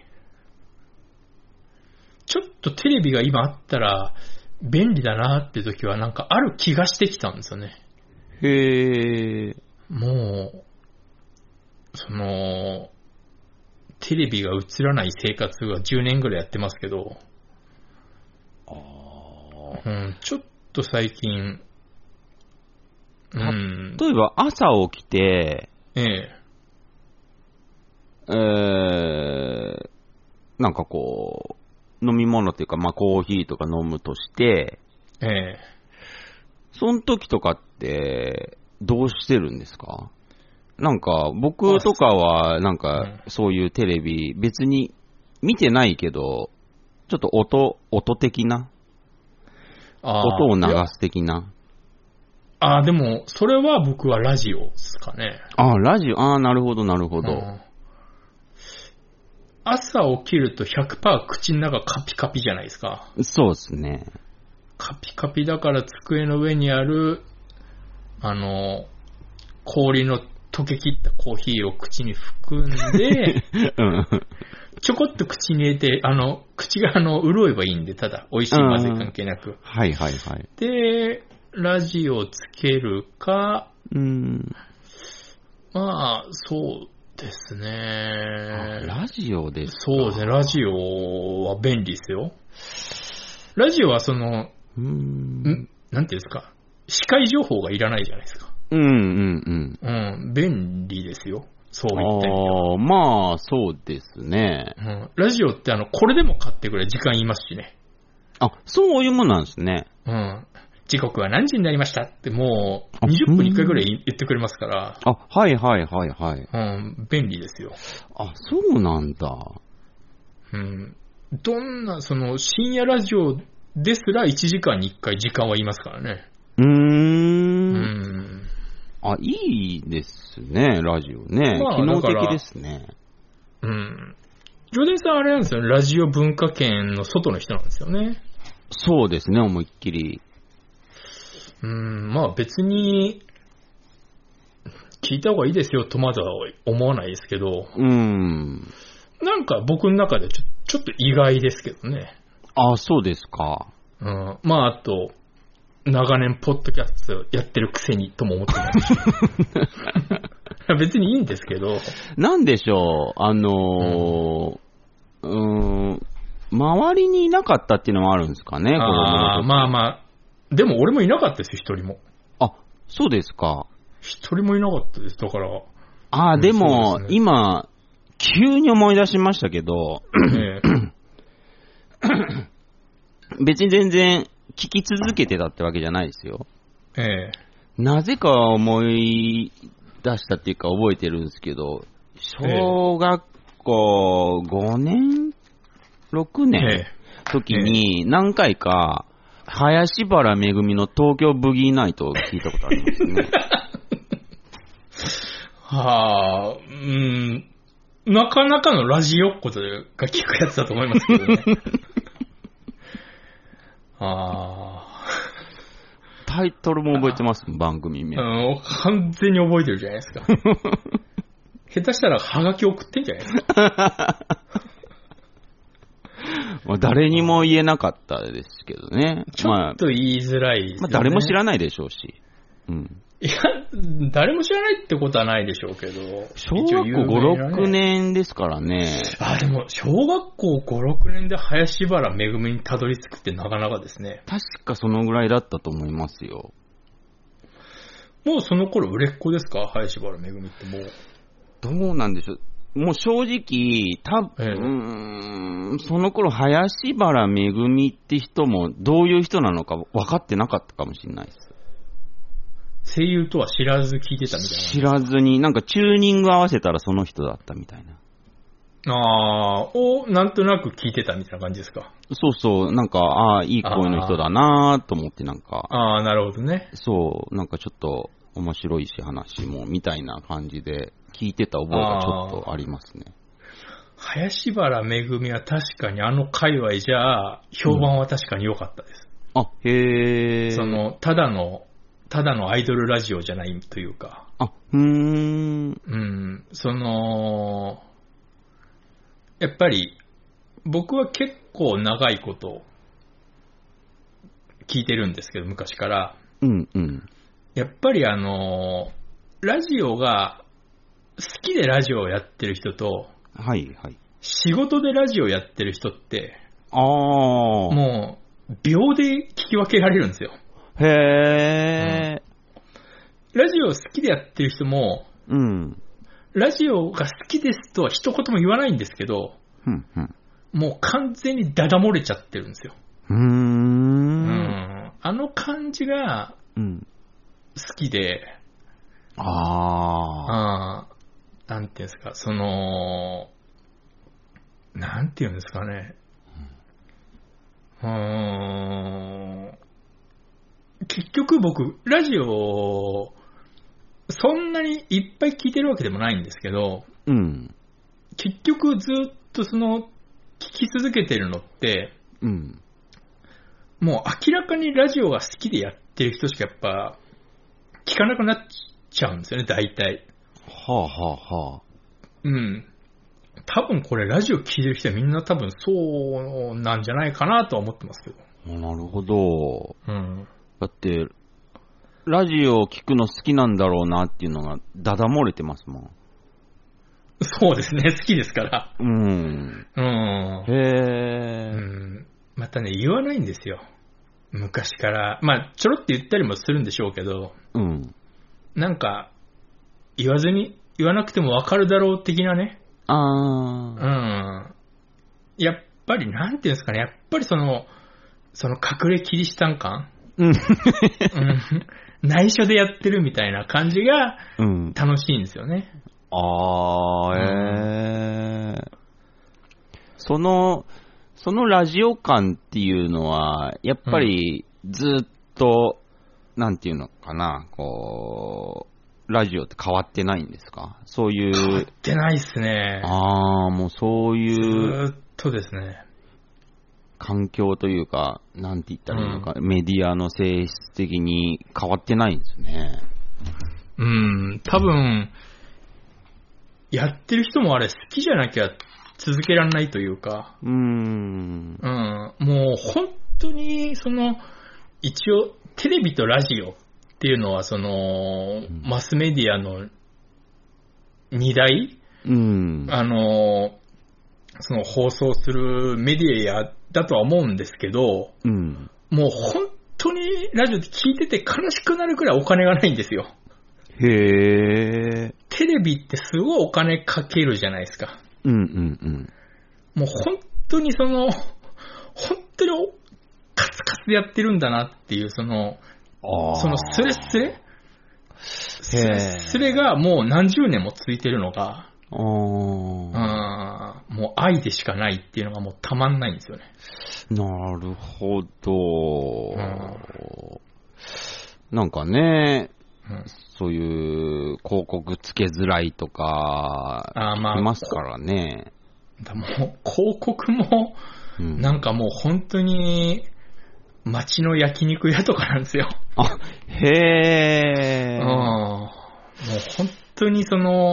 ちょっとテレビが今あったら便利だなって時はなんかある気がしてきたんですよね。 へえ。 もう、テレビが映らない生活が10年ぐらいやってますけど、ちょっと最近、 例えば朝起きて、なんかこう、飲み物っていうか、まあコーヒーとか飲むとして、その時とかってどうしてるんですか？なんか僕とかはなんかそういうテレビ別に見てないけど、ちょっと音的な音を流す的な。 でもそれは僕はラジオですかね。 ラジオ。なるほどなるほど。 朝起きると 100% 口の中カピカピじゃないですか。 そうですね。 カピカピだから机の上にある氷の溶けきったコーヒーを口に含んで、ちょこっと口に入れて、口が潤えばいいんで、ただ、美味しいまずい関係なく。 はいはいはい。 で、ラジオつけるか、まあ、そうですね。 ラジオですか？ そうですね、ラジオは便利ですよ。ラジオはなんていうんですか、視界情報がいらないじゃないですか。便利ですよ。そう言ってみれば。 まあ、そうですね。 ラジオってこれでも買ってくれ時間言いますしね。 そういうものなんですね。 時刻は何時になりましたってもう20分に1回ぐらい言ってくれますから。 はいはいはいはい。 便利ですよ。 そうなんだ。 どんな、深夜ラジオですら1時間に1回時間は言いますからね。 いいですね、ラジオね。機能的ですね。 ジョデンさんあれなんですよね、ラジオ文化圏の外の人なんですよね。 そうですね、思いっきり。 まあ別に、聞いた方がいいですよとまでは思わないですけど、なんか僕の中でちょっと意外ですけどね。 そうですか。 まああと、長年ポッドキャストやってるくせにとも思ってないし別にいいんですけど、 なんでしょう、周りにいなかったっていうのもあるんですかね、 まあまあ、でも俺もいなかったですよ、一人も。 そうですか。 一人もいなかったです。だから。 でも、今、急に思い出しましたけど、別に全然聞き続けてたってわけじゃないですよ。なぜか思い出したっていうか覚えてるんですけど、小学校5年 ?6 年時に何回か、林原めぐみの東京ブギーナイトを聞いたことありますね。 なかなかのラジオっ子が聞くやつだと思いますけどね。 タイトルも覚えてますもん、番組名。 完全に覚えてるじゃないですか。下手したらハガキ送ってんじゃないですか。 誰にも言えなかったですけどね。 ちょっと言いづらいですよね。 誰も知らないでしょうし。 いや、誰も知らないってことはないでしょうけど。 小学校5、6年ですからね。 でも、小学校5、6年で林原めぐみにたどり着くってなかなかですね。 確かそのぐらいだったと思いますよ。 もうその頃売れっ子ですか？林原めぐみってもう。 どうなんでしょう。もう正直、その頃、林原めぐみって人もどういう人なのか分かってなかったかもしれないです。 声優とは知らず聞いてたみたいな。 知らずに、なんかチューニング合わせたらその人だったみたいな。 なんとなく聞いてたみたいな感じですか？ そうそう、なんか、いい声の人だなぁと思ってなんか。 なるほどね。 そう、なんかちょっと面白いし話も、みたいな感じで聞いてた覚えがちょっとありますね。 林原めぐみは確かに界隈じゃ、評判は確かに良かったです。 へー。ただのアイドルラジオじゃないというか。やっぱり、僕は結構長いこと聞いてるんですけど、昔から。やっぱりラジオが、好きでラジオをやってる人と、仕事でラジオやってる人って、もう、秒で聞き分けられるんですよ。ラジオ好きでやってる人も、ラジオが好きですとは一言も言わないんですけど、もう完全にダダ漏れちゃってるんですよ。感じが好きで、なんていうんですか、なんていうんですかね。結局僕、ラジオ、そんなにいっぱい聞いてるわけでもないんですけど、結局ずっと聞き続けてるのって、もう明らかにラジオが好きでやってる人しかやっぱ聞かなくなっちゃうんですよね、大体。多分これラジオ聞いてる人はみんな多分そうなんじゃないかなとは思ってますけど。 なるほど。だって、ラジオを聞くの好きなんだろうなっていうのがダダ漏れてますもん。 そうですね、好きですから。またね、言わないんですよ。昔から。ちょろって言ったりもするんでしょうけど、なんか、言わなくてもわかるだろう的なね。やっぱり、なんていうんですかね、やっぱり隠れキリシタン感内緒でやってるみたいな感じが楽しいんですよね。 そのラジオ感っていうのは、やっぱりずっと、なんていうのかな、ラジオって変わってないんですか？そういう。 変わってないっすね。 もうそういう。 ずっとですね。 環境というか、なんて言ったらいいのか、メディアの性質的に変わってないんですね。 多分、やってる人もあれ好きじゃなきゃ続けられないというか、もう本当に一応テレビとラジオっていうのはマスメディアの2大、放送するメディアだとは思うんですけど、もう本当にラジオで聞いてて悲しくなるくらいお金がないんですよ。テレビってすごいお金かけるじゃないですか。もう本当に本当にカツカツでやってるんだなっていうスレがもう何十年も続いてるのが、もう愛でしかないっていうのがもうたまんないんですよね。 なるほど。なんかね、そういう広告つけづらいとか聞きますからね。 もう広告もなんかもう本当に街の焼肉屋とかなんですよ。もう本当に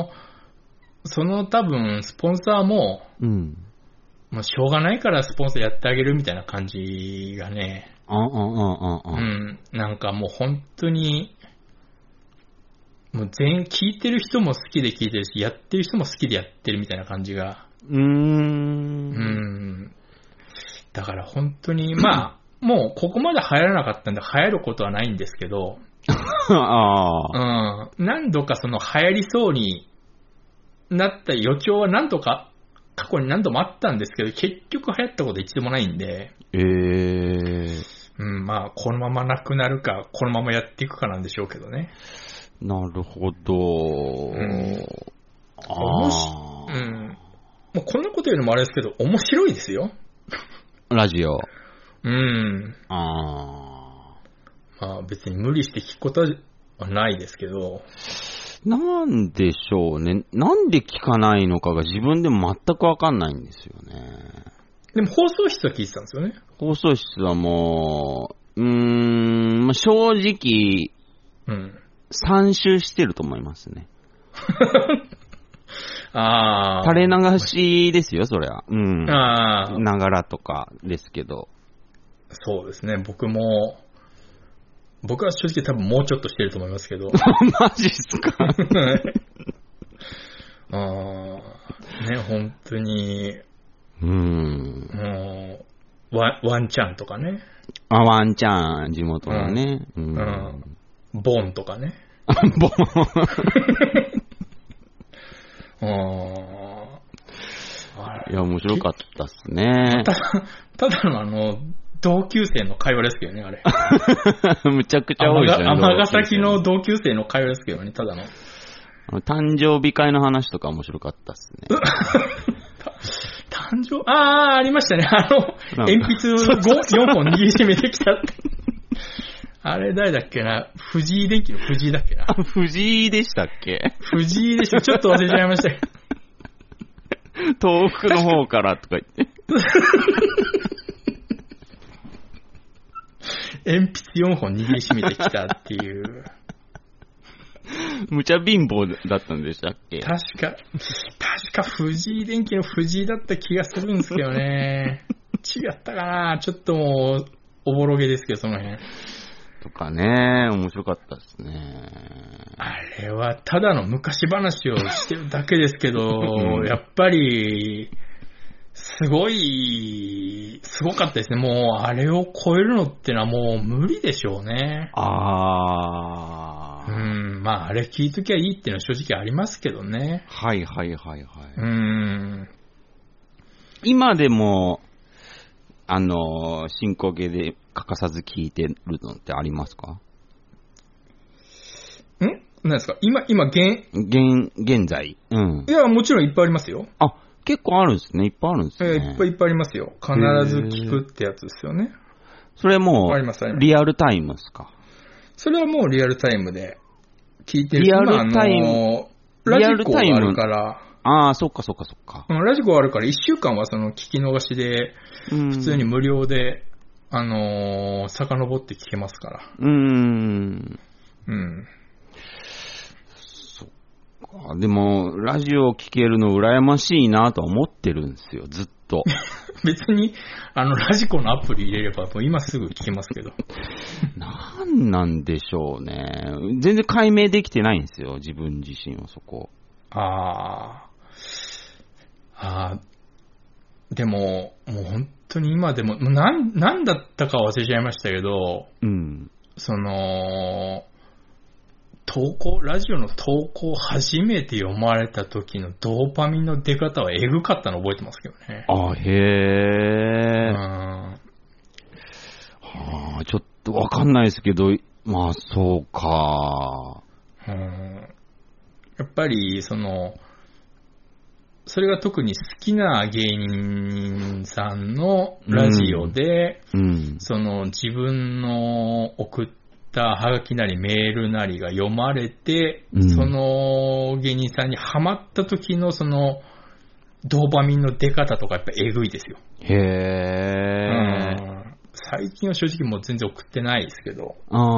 多分スポンサーも、もうしょうがないからスポンサーやってあげるみたいな感じがね、なんかもう本当にもう全員聞いてる人も好きで聞いてるし、やってる人も好きでやってるみたいな感じが。だから本当に、まあ、もうここまで流行らなかったんで流行ることはないんですけど、何度かその流行りそうになった予兆は何度か過去に何度もあったんですけど、結局流行ったこと一度もないんで、まあこのままなくなるか、このままやっていくかなんでしょうけどね。 なるほど。もうこんなこと言うのもあれですけど、面白いですよ。 ラジオ。 まあ別に無理して聞くことはないですけど。 なんでしょうね。なんで聞かないのかが自分でも全くわかんないんですよね。 でも放送室は聞いてたんですよね。 放送室はもう、正直、3周してると思いますね。垂れ流しですよ、そりゃ。ながらとかですけど。 そうですね、僕は正直多分もうちょっとしてると思いますけど。 マジっすかね、本当に。ワンチャンとかね。 ワンチャン、地元のね。 ボンとかね。 ボン。いや、面白かったっすね。 ただの同級生の会話ですけどね、あれ。 むちゃくちゃ多いじゃん。 尼崎の同級生の会話ですけどね、ただの。 誕生日会の話とか面白かったっすね。 誕生、ありましたね。鉛筆4本握りしめてきたって。あれ誰だっけな、藤井電機の藤井だっけな。 藤井でしたっけ？ 藤井でした。ちょっと忘れちゃいました。 遠くの方からとか言って。 鉛筆4本握りしめてきたっていう。 むちゃ貧乏だったんでしたっけ？ 確か藤井電機の藤井だった気がするんですけどね。違ったかな？ちょっともう、おぼろげですけど、その辺。 とかね、面白かったですね。 あれはただの昔話をしてるだけですけど、やっぱり、すごかったですね。もう、あれを超えるのってのはもう無理でしょうね。まあ、あれ聞いときゃいいっていうのは正直ありますけどね。 はい。今でも、進行形で欠かさず聞いてるのってありますか？ 何ですか？今、 現在。 いや、もちろんいっぱいありますよ。 あ、結構あるんですね。いっぱいあるんですね。 いっぱいありますよ。必ず聞くってやつですよね。 それもリアルタイムですか？ それはもうリアルタイムで聞いてる。 リアルタイム。 ラジコがあるから。 そっか。 ラジコあるから1週間はその聞き逃しで、普通に無料で、遡って聞けますから。 そっか。でも、ラジオ聞けるの羨ましいなとは思ってるんですよ、ずっと。 別に、ラジコのアプリ入れれば、もう今すぐ聞けますけど。 なんでしょうね。全然解明できてないんですよ、自分自身をそこ。 でも、もう本当に今でも、なんだったか忘れちゃいましたけど、ラジオの投稿初めて読まれた時のドーパミンの出方はエグかったの覚えてますけどね。 へー。ちょっとわかんないですけど、まあそうか。 やっぱり、それが特に好きな芸人さんのラジオで、自分の送ったハガキなりメールなりが読まれて、その芸人さんにハマった時のドーパミンの出方とかやっぱえぐいですよ。最近は正直もう全然送ってないですけど。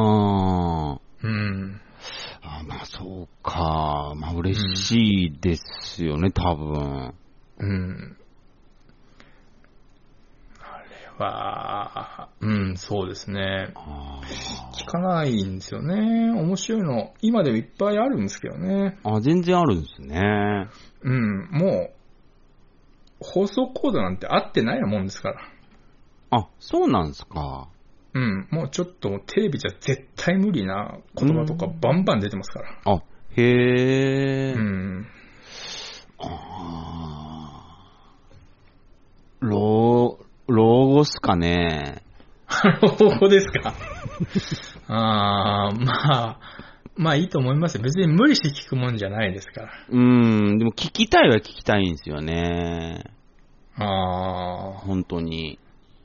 まあそうか。まあ嬉しいですよね、多分。 あれぱ、そうですね。聞かないんですよね。面白いの、今でもいっぱいあるんですけどね。 全然あるんですね。 もう、放送コードなんて合ってないようなもんですから。 そうなんですか。 もうちょっとテレビじゃ絶対無理な言葉とかバンバン出てますから。 へー。老後っすかね。 老後ですか。まあいいと思いますよ。別に無理して聞くもんじゃないですから。 でも聞きたいは聞きたいんですよね。本当に。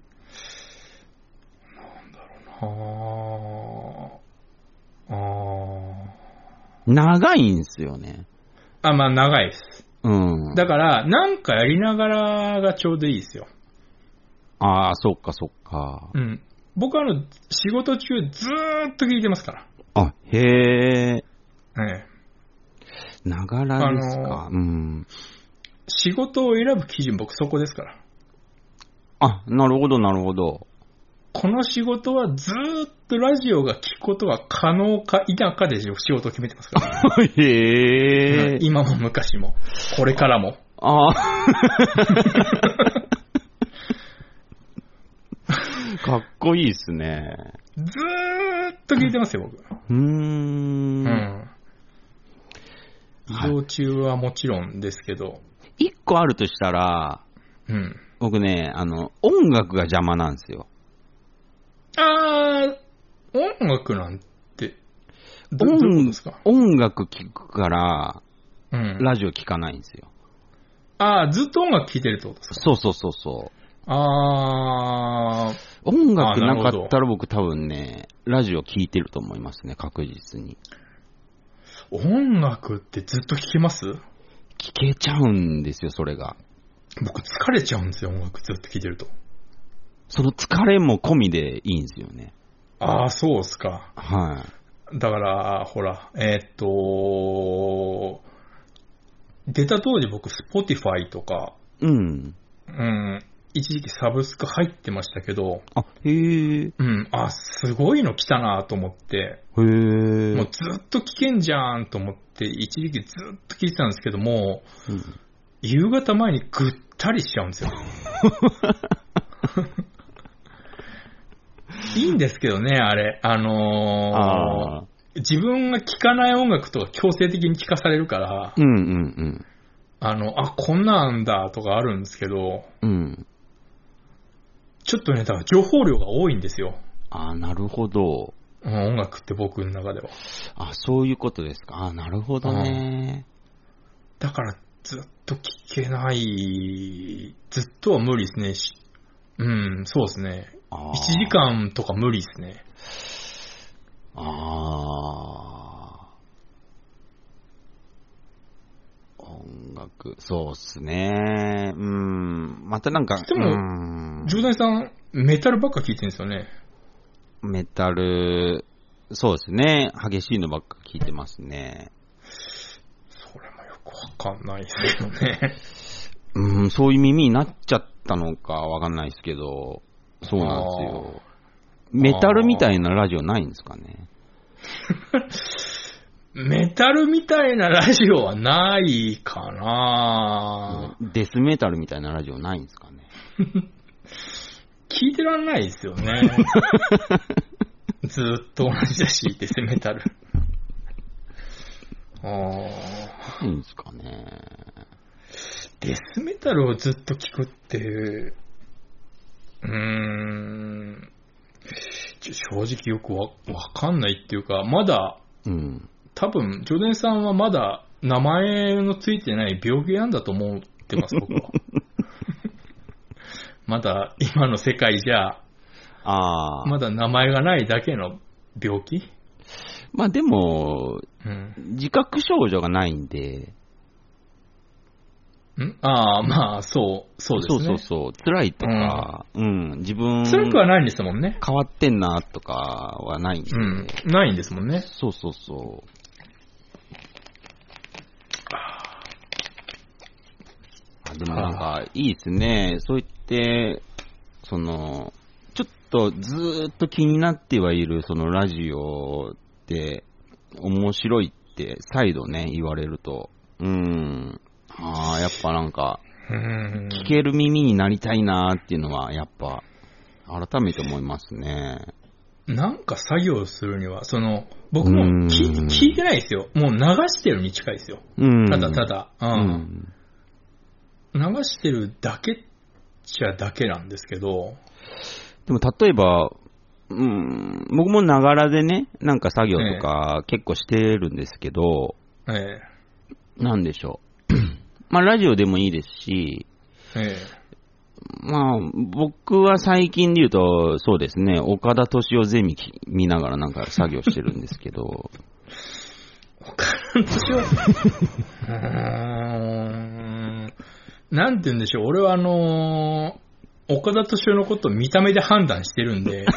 長いんですよね。 まあ長いです。だから、なんかやりながらがちょうどいいですよ。 そっかそっか。 僕仕事中ずーっと聞いてますから。 へー。ながらですか。 仕事を選ぶ基準僕そこですから。 なるほどなるほど。 この仕事はずーっとラジオが聞くことが可能か否かで仕事を決めてますから。 へー。 今も昔も。これからも。 かっこいいっすね。 ずーっと聞いてますよ、僕。移動中はもちろんですけど。 一個あるとしたら、僕ね、音楽が邪魔なんですよ。 音楽なんて、どういうことですか？ 音楽聴くから、ラジオ聴かないんですよ。 ずっと音楽聴いてるってことですか？ そう。音楽なかったら僕多分ね、ラジオ聴いてると思いますね、確実に。 音楽ってずっと聴けます？ 聴けちゃうんですよ、それが。 僕疲れちゃうんですよ、音楽ずっと聴いてると。 その疲れも込みでいいんですよね。 そうっすか。 はい。 だから、ほら、出た当時僕、Spotify とか、一時期サブスク入ってましたけど、 へー。 すごいの来たなと思って、 へー。 もうずっと聞けんじゃんと思って、一時期ずっと聞いてたんですけども、夕方前にぐったりしちゃうんですよ。いいんですけどね、あれ。自分が聴かない音楽とか強制的に聴かされるから、こんなんだとかあるんですけど、ちょっとね、だから情報量が多いんですよ。 なるほど。 音楽って僕の中では。 そういうことですか。なるほどね。 だからずっと聴けない、ずっとは無理ですね。そうですね。1時間とか無理ですね。 音楽、そうっすね。またなんか、 でも、ジョーダンさん、メタルばっか聴いてるんですよね。 メタル、そうですね。激しいのばっか聴いてますね。 それもよくわかんないですけどね。 そういう耳になっちゃったのかわかんないですけど、そうなんですよ。メタルみたいなラジオないんですかね。 メタルみたいなラジオはないかな。 デスメタルみたいなラジオないんですかね。 聞いてらんないですよね。ずーっと同じだし、デスメタル。 いいんですかね。 デスメタルをずっと聞くって、正直よくわかんないっていうか、まだ、多分、ジョデンさんはまだ名前のついてない病気なんだと思ってます、僕は。まだ今の世界じゃ、まだ名前がないだけの病気？ でも、自覚症状がないんで。 そうですね。 そう。辛いとか、自分。 辛くはないんですもんね。 変わってんなとかはないんで。 ないんですもんね。 そう。でもなんか、いいですね。そう言って、 ちょっとずーっと気になってはいるそのラジオって面白いって再度ね、言われると、やっぱなんか、聞ける耳になりたいなーっていうのは、やっぱ、改めて思いますね。 なんか作業するには、僕も聞いてないですよ。もう流してるに近いですよ。ただただ。流してるだけっちゃだけなんですけど。 でも例えば、僕もながらでね、なんか作業とか結構してるんですけど、なんでしょう。まあラジオでもいいですし、まあ僕は最近で言うとそうですね、岡田敏夫ゼミ見ながらなんか作業してるんですけど。 岡田敏夫なんて言うんでしょう、俺は岡田敏夫のことを見た目で判断してるんで、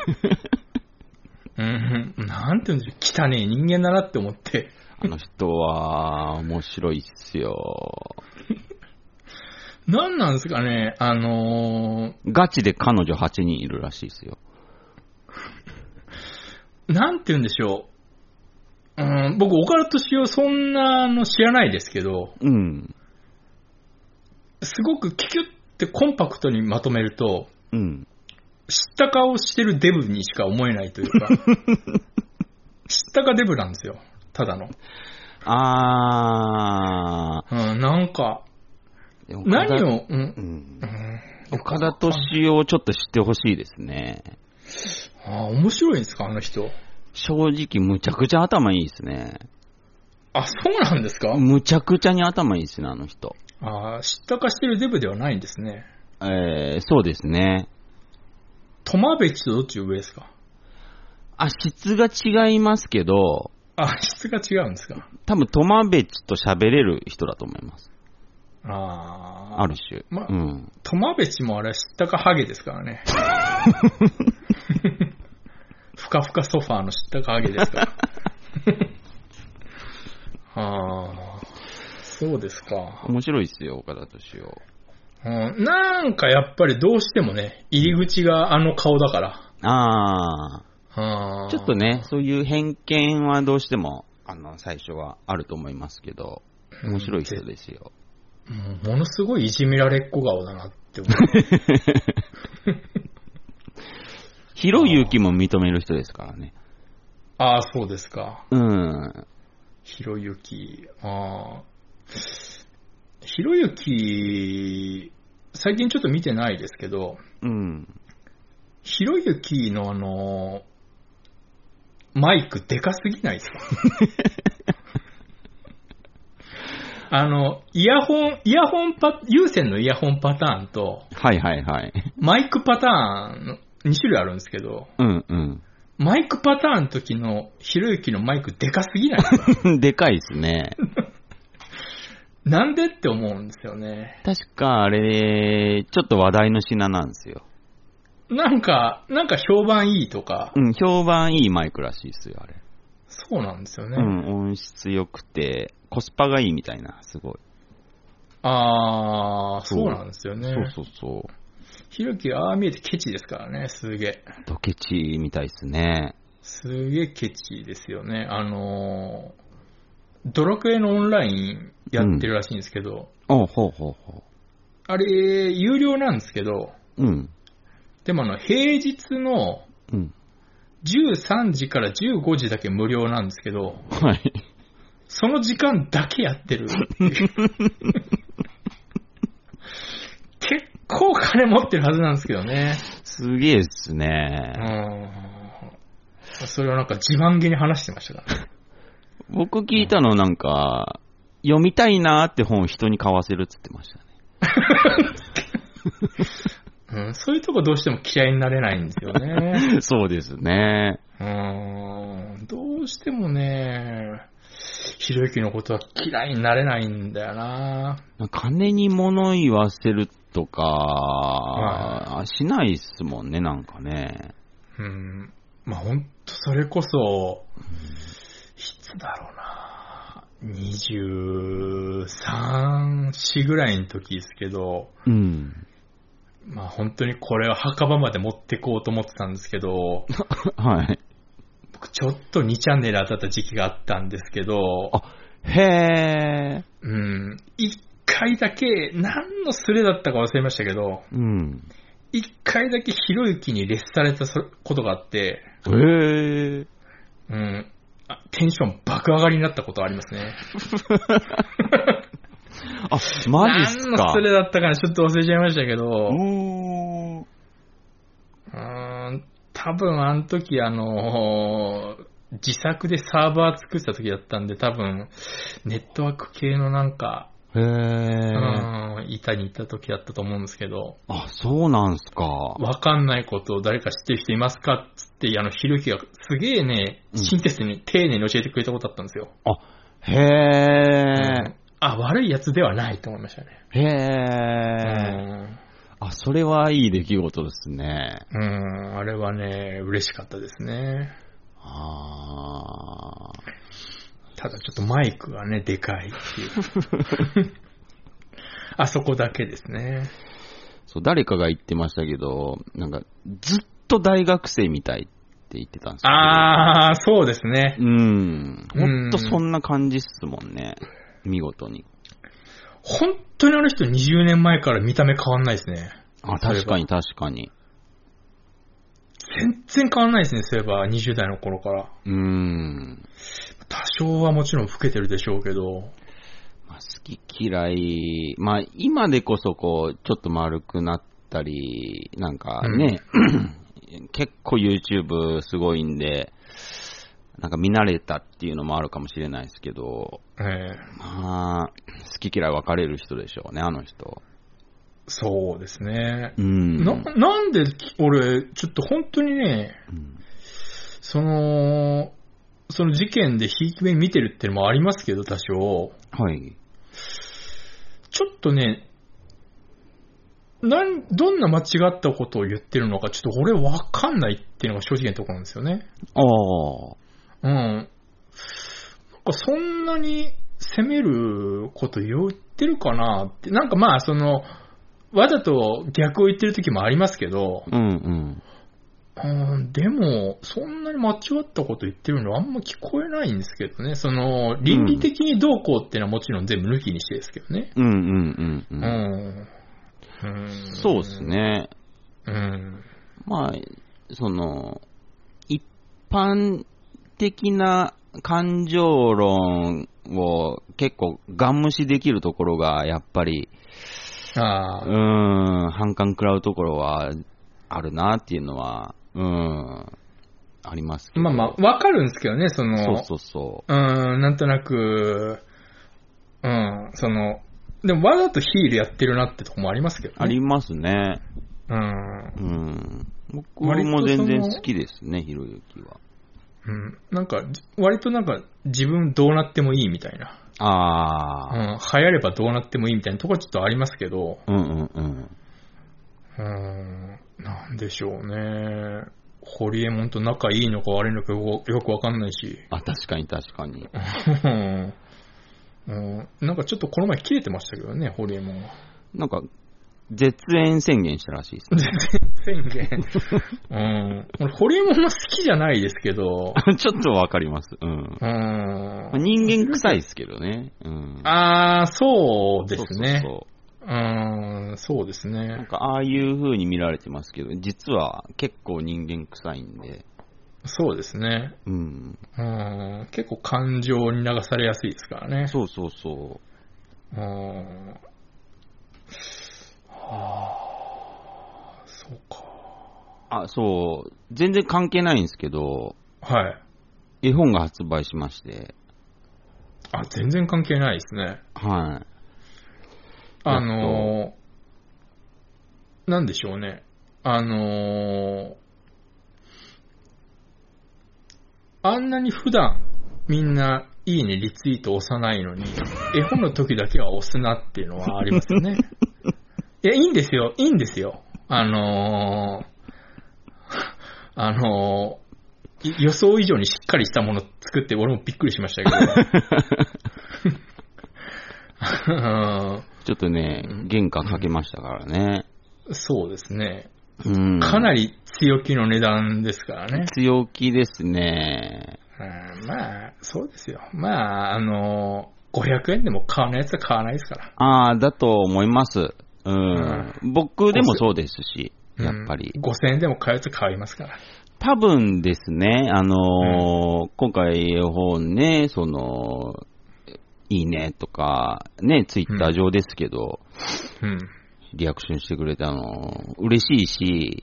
なんて言うんでしょう、汚ねえ人間だなって思って。 あの人は面白いっすよ。 なんなんですかね、 ガチで彼女8人いるらしいですよ。 なんて言うんでしょう。僕、岡田敏夫そんなの知らないですけど、すごくキュキュってコンパクトにまとめると、知った顔してるデブにしか思えないというか、知ったかデブなんですよ、ただの。なんか、何を、 岡田敏夫をちょっと知ってほしいですね。 面白いんですか、あの人。 正直、むちゃくちゃ頭いいですね。 そうなんですか？ むちゃくちゃに頭いいですね、あの人。 知ったかしてるデブではないんですね。 そうですね。 トマベチとどっち上ですか？ 質が違いますけど。 質が違うんですか？ 多分トマベチと喋れる人だと思います。 ある種。 トマベチもあれ知ったかハゲですからね。ふかふかソファーの知ったかハゲですから。そうですか。 面白いですよ、岡田敏夫。 なんかやっぱりどうしてもね、入り口があの顔だから。 ちょっとね、そういう偏見はどうしても、最初はあると思いますけど、面白い人ですよ。 ものすごいいじめられっ子顔だなって思う。 ひろゆきも認める人ですからね。 そうですか。ひろゆき。ひろゆき、最近ちょっと見てないですけど、ひろゆきのマイクでかすぎないですか？イヤホン有線のイヤホンパターンと、マイクパターン2種類あるんですけど、マイクパターンの時のひろゆきのマイクでかすぎないですか？ でかいですね。 なんでって思うんですよね。 確かあれ、ちょっと話題の品なんですよ。 なんか評判いいとか。 評判いいマイクらしいですよ、あれ。 そうなんですよね。 音質良くて、コスパがいいみたいな、すごい。 そうなんですよね。 そう。 ひろゆき見えてケチですからね、すげえ。 ドケチみたいですね。 すげえケチですよね。ドラクエのオンラインやってるらしいんですけど、あれ、有料なんですけど、でも平日の13時から15時だけ無料なんですけど、その時間だけやってるっていう。結構金持ってるはずなんですけどね。 すげえっすね。 それをなんか自慢げに話してましたからね。 僕聞いたのなんか、読みたいなーって本を人に買わせるって言ってましたね。 そういうとこどうしても嫌いになれないんですよね。 そうですね。 どうしてもね、ひろゆきのことは嫌いになれないんだよな。 金に物言わせるとか、しないっすもんね、なんかね。 ほんとそれこそ、いつだろうな、23、4ぐらいの時ですけど、 まあ本当にこれは墓場まで持ってこうと思ってたんですけど、 はい。 僕ちょっと2チャンネル当たった時期があったんですけど、 へー。 一回だけ、何のスレだったか忘れましたけど、一回だけひろゆきに列されたことがあって、 へー。 テンション爆上がりになったことありますね。 あ、マジっすか。 何のスレだったかな、ちょっと忘れちゃいましたけど、多分あの時自作でサーバー作ってた時だったんで、多分ネットワーク系のなんか、板に行った時だったと思うんですけど。 あ、そうなんすか。 わかんないことを誰か知ってる人いますかっつって、ひろゆきがすげえね、親切に丁寧に教えてくれたことだったんですよ。 あ、へー。 悪いやつではないと思いましたね。 へー。あ、それはいい出来事ですね。 あれはね、嬉しかったですね。ただちょっとマイクがね、でかいっていう。あそこだけですね。 そう、誰かが言ってましたけど、なんか、ずっと大学生みたいって言ってたんですよ。 そうですね。 ほんとそんな感じっすもんね。見事に。 本当にあの人20年前から見た目変わんないですね。 確かに確かに。 全然変わんないですね、そういえば20代の頃から。多少はもちろん老けてるでしょうけど。 好き嫌い、今でこそちょっと丸くなったり、なんかね、結構 YouTube すごいんで、なんか見慣れたっていうのもあるかもしれないですけど、好き嫌い分かれる人でしょうね、あの人。 そうですね。なんで、俺、ちょっと本当にね、その事件でひいき目見てるっていうのもありますけど、多少。 はい。 ちょっとね、どんな間違ったことを言ってるのか、ちょっと俺わかんないっていうのが正直なところなんですよね。なんかそんなに責めること言ってるかなって。なんかわざと逆を言ってる時もありますけど、でも、そんなに間違ったこと言ってるのあんま聞こえないんですけどね。倫理的にどうこうっていうのはもちろん全部抜きにしてですけどね。 そうですね。一般的な感情論を結構ガン無視できるところがやっぱり、反感食らうところはあるなっていうのは、ありますけど。 わかるんですけどね、 そう。 なんとなく、でもわざとヒールやってるなってとこもありますけどね。 ありますね。僕も全然好きですね、ひろゆきは。 なんか、割となんか、自分どうなってもいいみたいな。流行ればどうなってもいいみたいなとこはちょっとありますけど。なんでしょうね。ホリエモンと仲いいのか悪いのかよくわかんないし。 確かに。 なんかちょっとこの前切れてましたけどね、ホリエモンは。 なんか、絶縁宣言したらしいですね。絶縁宣言。ホリエモンは好きじゃないですけど。 ちょっとわかります。人間臭いですけどね。 そうですね。そうですね。 なんかああいう風に見られてますけど、実は結構人間臭いんで。 そうですね。結構感情に流されやすいですからね。 そう。 そうか。 全然関係ないんですけど、絵本が発売しまして。 全然関係ないですね。なんでしょうね。あんなに普段みんないいねリツイート押さないのに、絵本の時だけは押すなっていうのはありますよね。いや、いいんですよ。予想以上にしっかりしたもの作って俺もびっくりしましたけど。ちょっとね、原価かけましたからね。 そうですね。かなり強気の値段ですからね。 強気ですね。 まあ、そうですよ。まあ、500円でも買わないやつは買わないですから。 ああ、だと思います。僕でもそうですし、やっぱり。 5000円でも買うやつ買いますから。 多分ですね、今回本ね、いいねとか、ね、ツイッター上ですけど、リアクションしてくれたの、嬉しいし、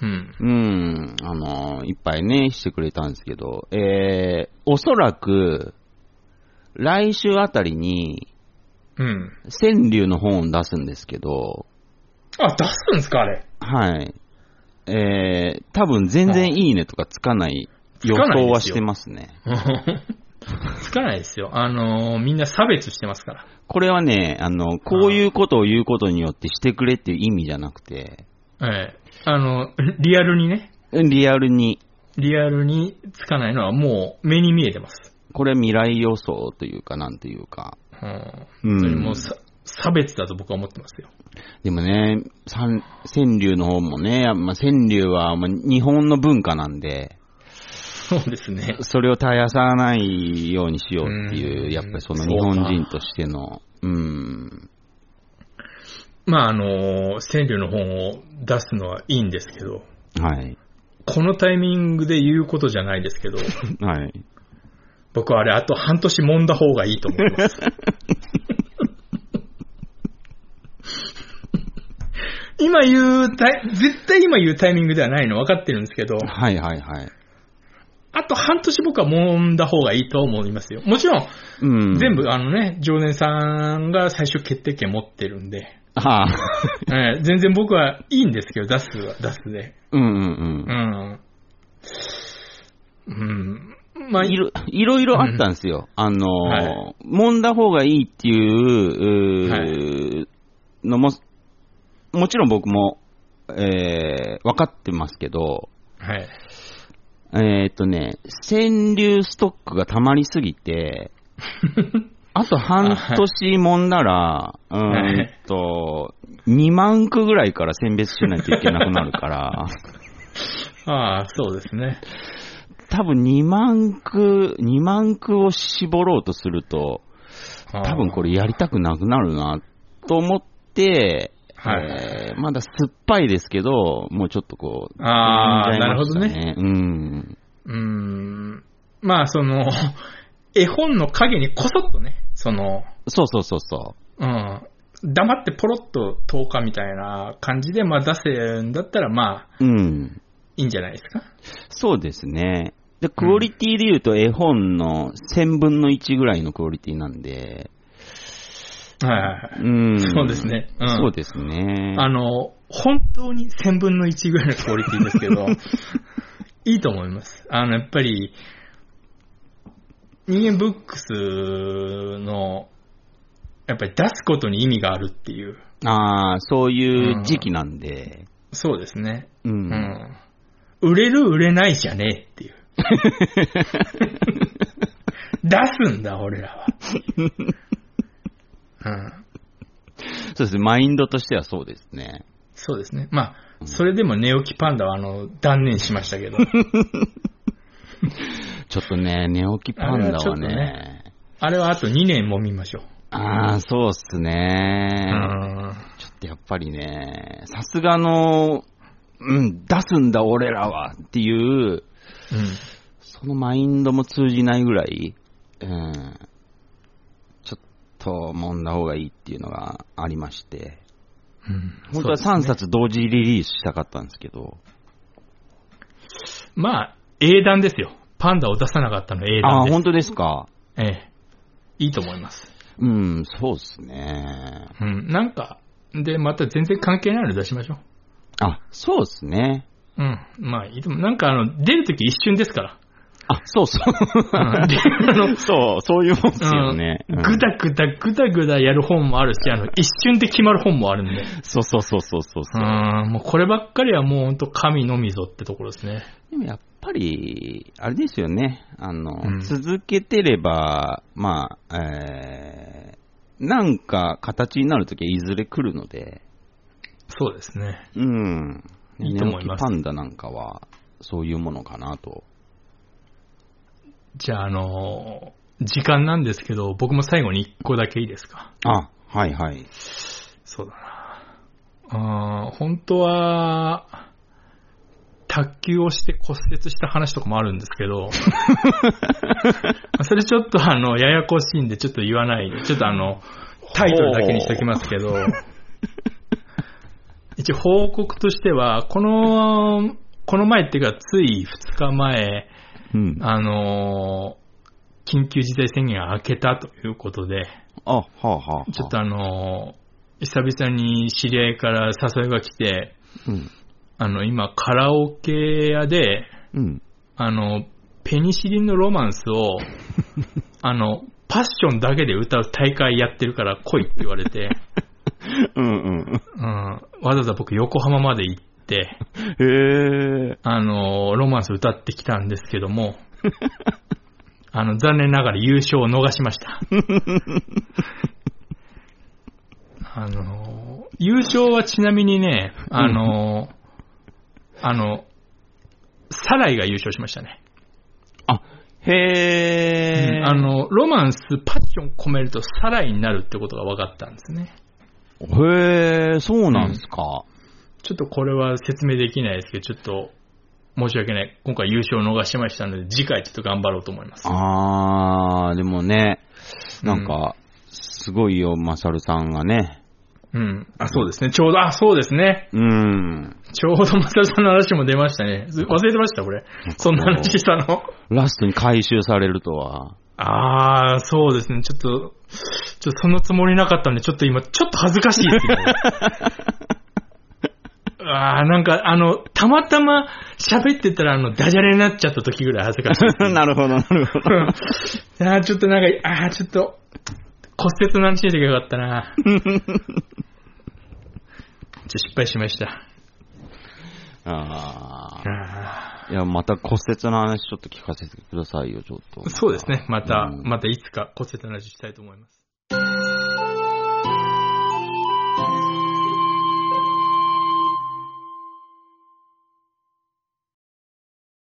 いっぱいね、してくれたんですけど、おそらく、来週あたりに、川柳の本を出すんですけど、 あ、出すんですか、あれ。 はい。多分全然いいねとかつかない予想はしてますね。 つかないですよ。みんな差別してますから。 これはね、こういうことを言うことによってしてくれっていう意味じゃなくて、 リアルにね。 リアルにつかないのはもう目に見えてます。 これ未来予想というかなんというか。 もう差別だと僕は思ってますよ。 でもね、川柳の方もね、川柳は日本の文化なんで、 そうですね。 それを絶やさないようにしようっていう、やっぱりその日本人としての、 まあ川柳の本を出すのはいいんですけど、 はい。 このタイミングで言うことじゃないですけど、 はい。 僕はあれあと半年揉んだ方がいいと思います。絶対今言うタイミングではないの分かってるんですけど、 はいはいはい。 あと半年僕は揉んだ方がいいと思いますよ。もちろん、全部常連さんが最初決定権持ってるんで、全然僕はいいんですけど、出すで。 まあ、いろいろあったんですよ。揉んだ方がいいっていうのも、もちろん僕も、分かってますけど、 はい。 川柳ストックが溜まりすぎて、あと半年揉んだら、2万句ぐらいから選別しないといけなくなるから。 ああ、そうですね。 多分2万句を絞ろうとすると、多分これやりたくなくなるな、と思って、まだ酸っぱいですけど、もうちょっとこう、 なるほどね。まあ、絵本の影にこそっとね、 そう。 黙ってポロッと10日みたいな感じで、まあ出せるんだったら、まあ、いいんじゃないですか。 そうですね。で、クオリティで言うと絵本の1000分の1ぐらいのクオリティなんで、 そうですね。 そうですね。 本当に1000分の1ぐらいのクオリティですけど、いいと思います。やっぱり、人間ブックスの、やっぱり出すことに意味があるっていう。 そういう時期なんで。 そうですね。売れる売れないじゃねえっていう。出すんだ、俺らは。 そうですね、マインドとしてはそうですね。 そうですね。まあ、それでも寝起きパンダは断念しましたけど。 ちょっとね、寝起きパンダはね。 あれはあと2年も見ましょう。 そうっすね。ちょっとやっぱりね、さすがの、出すんだ俺らはっていう、そのマインドも通じないぐらい、ちょっと揉んだ方がいいっていうのがありまして、本当は3冊同時リリースしたかったんですけど。 まあ、英断ですよ。パンダを出さなかったの英断です。 本当ですか。 いいと思います。 そうですね。 なんか、で、また全然関係ないの出しましょう。 そうですね。 まあ、いいと思う。なんか出るとき一瞬ですから。 そう。そういうもんですよね。 ぐだぐだやる本もあるし、一瞬で決まる本もあるんで。 そう。 もうこればっかりはもう本当神のみぞってところですね。 でもやっぱり、あれですよね。続けてれば、まあ、なんか形になるときはいずれ来るので。 そうですね。 うん。 いいと思います。 寝起きパンダなんかは、そういうものかなと。 じゃあ、時間なんですけど、僕も最後に1個だけいいですか？ あ、はいはい。 そうだな。本当は、卓球をして骨折した話とかもあるんですけど、それちょっとややこしいんでちょっと言わないで、ちょっとタイトルだけにしときますけど、一応報告としては、この前っていうか、つい2日前、 うん、 緊急事態宣言が明けたということで、 はあはあ、 ちょっと久々に知り合いから誘いが来て、 うん、 今カラオケ屋で、 うん、 ペニシリンのロマンスを、パッションだけで歌う大会やってるから来いって言われて、 うんうんうん、 わざわざ僕横浜まで行って、ロマンス歌ってきたんですけども、残念ながら優勝を逃しました。優勝はちなみにね、サライが優勝しましたね。 あ、へー。 ロマンス、パッション込めるとサライになるってことが分かったんですね。 へー、そうなんですか。 ちょっとこれは説明できないですけど、ちょっと申し訳ない。今回優勝を逃しましたので、次回ちょっと頑張ろうと思います。 でもね、なんか、すごいよ、マサルさんがね。 うん。そうですね。ちょうど、そうですね。 ちょうどマサルさんの話も出ましたね。忘れてました、これ。そんな話したの。 ラストに回収されるとは。 そうですね。ちょっとそのつもりなかったんで、ちょっと今、ちょっと恥ずかしいですね。なんか、たまたま喋ってたら、ダジャレになっちゃった時ぐらい恥ずかしいです、ね。 なるほど、なるほど。 ちょっとなんか、ちょっと、骨折の話しときゃよかったな。失敗しました。 いや、また骨折の話ちょっと聞かせてくださいよ、ちょっと。 そうですね。またいつか骨折の話したいと思います。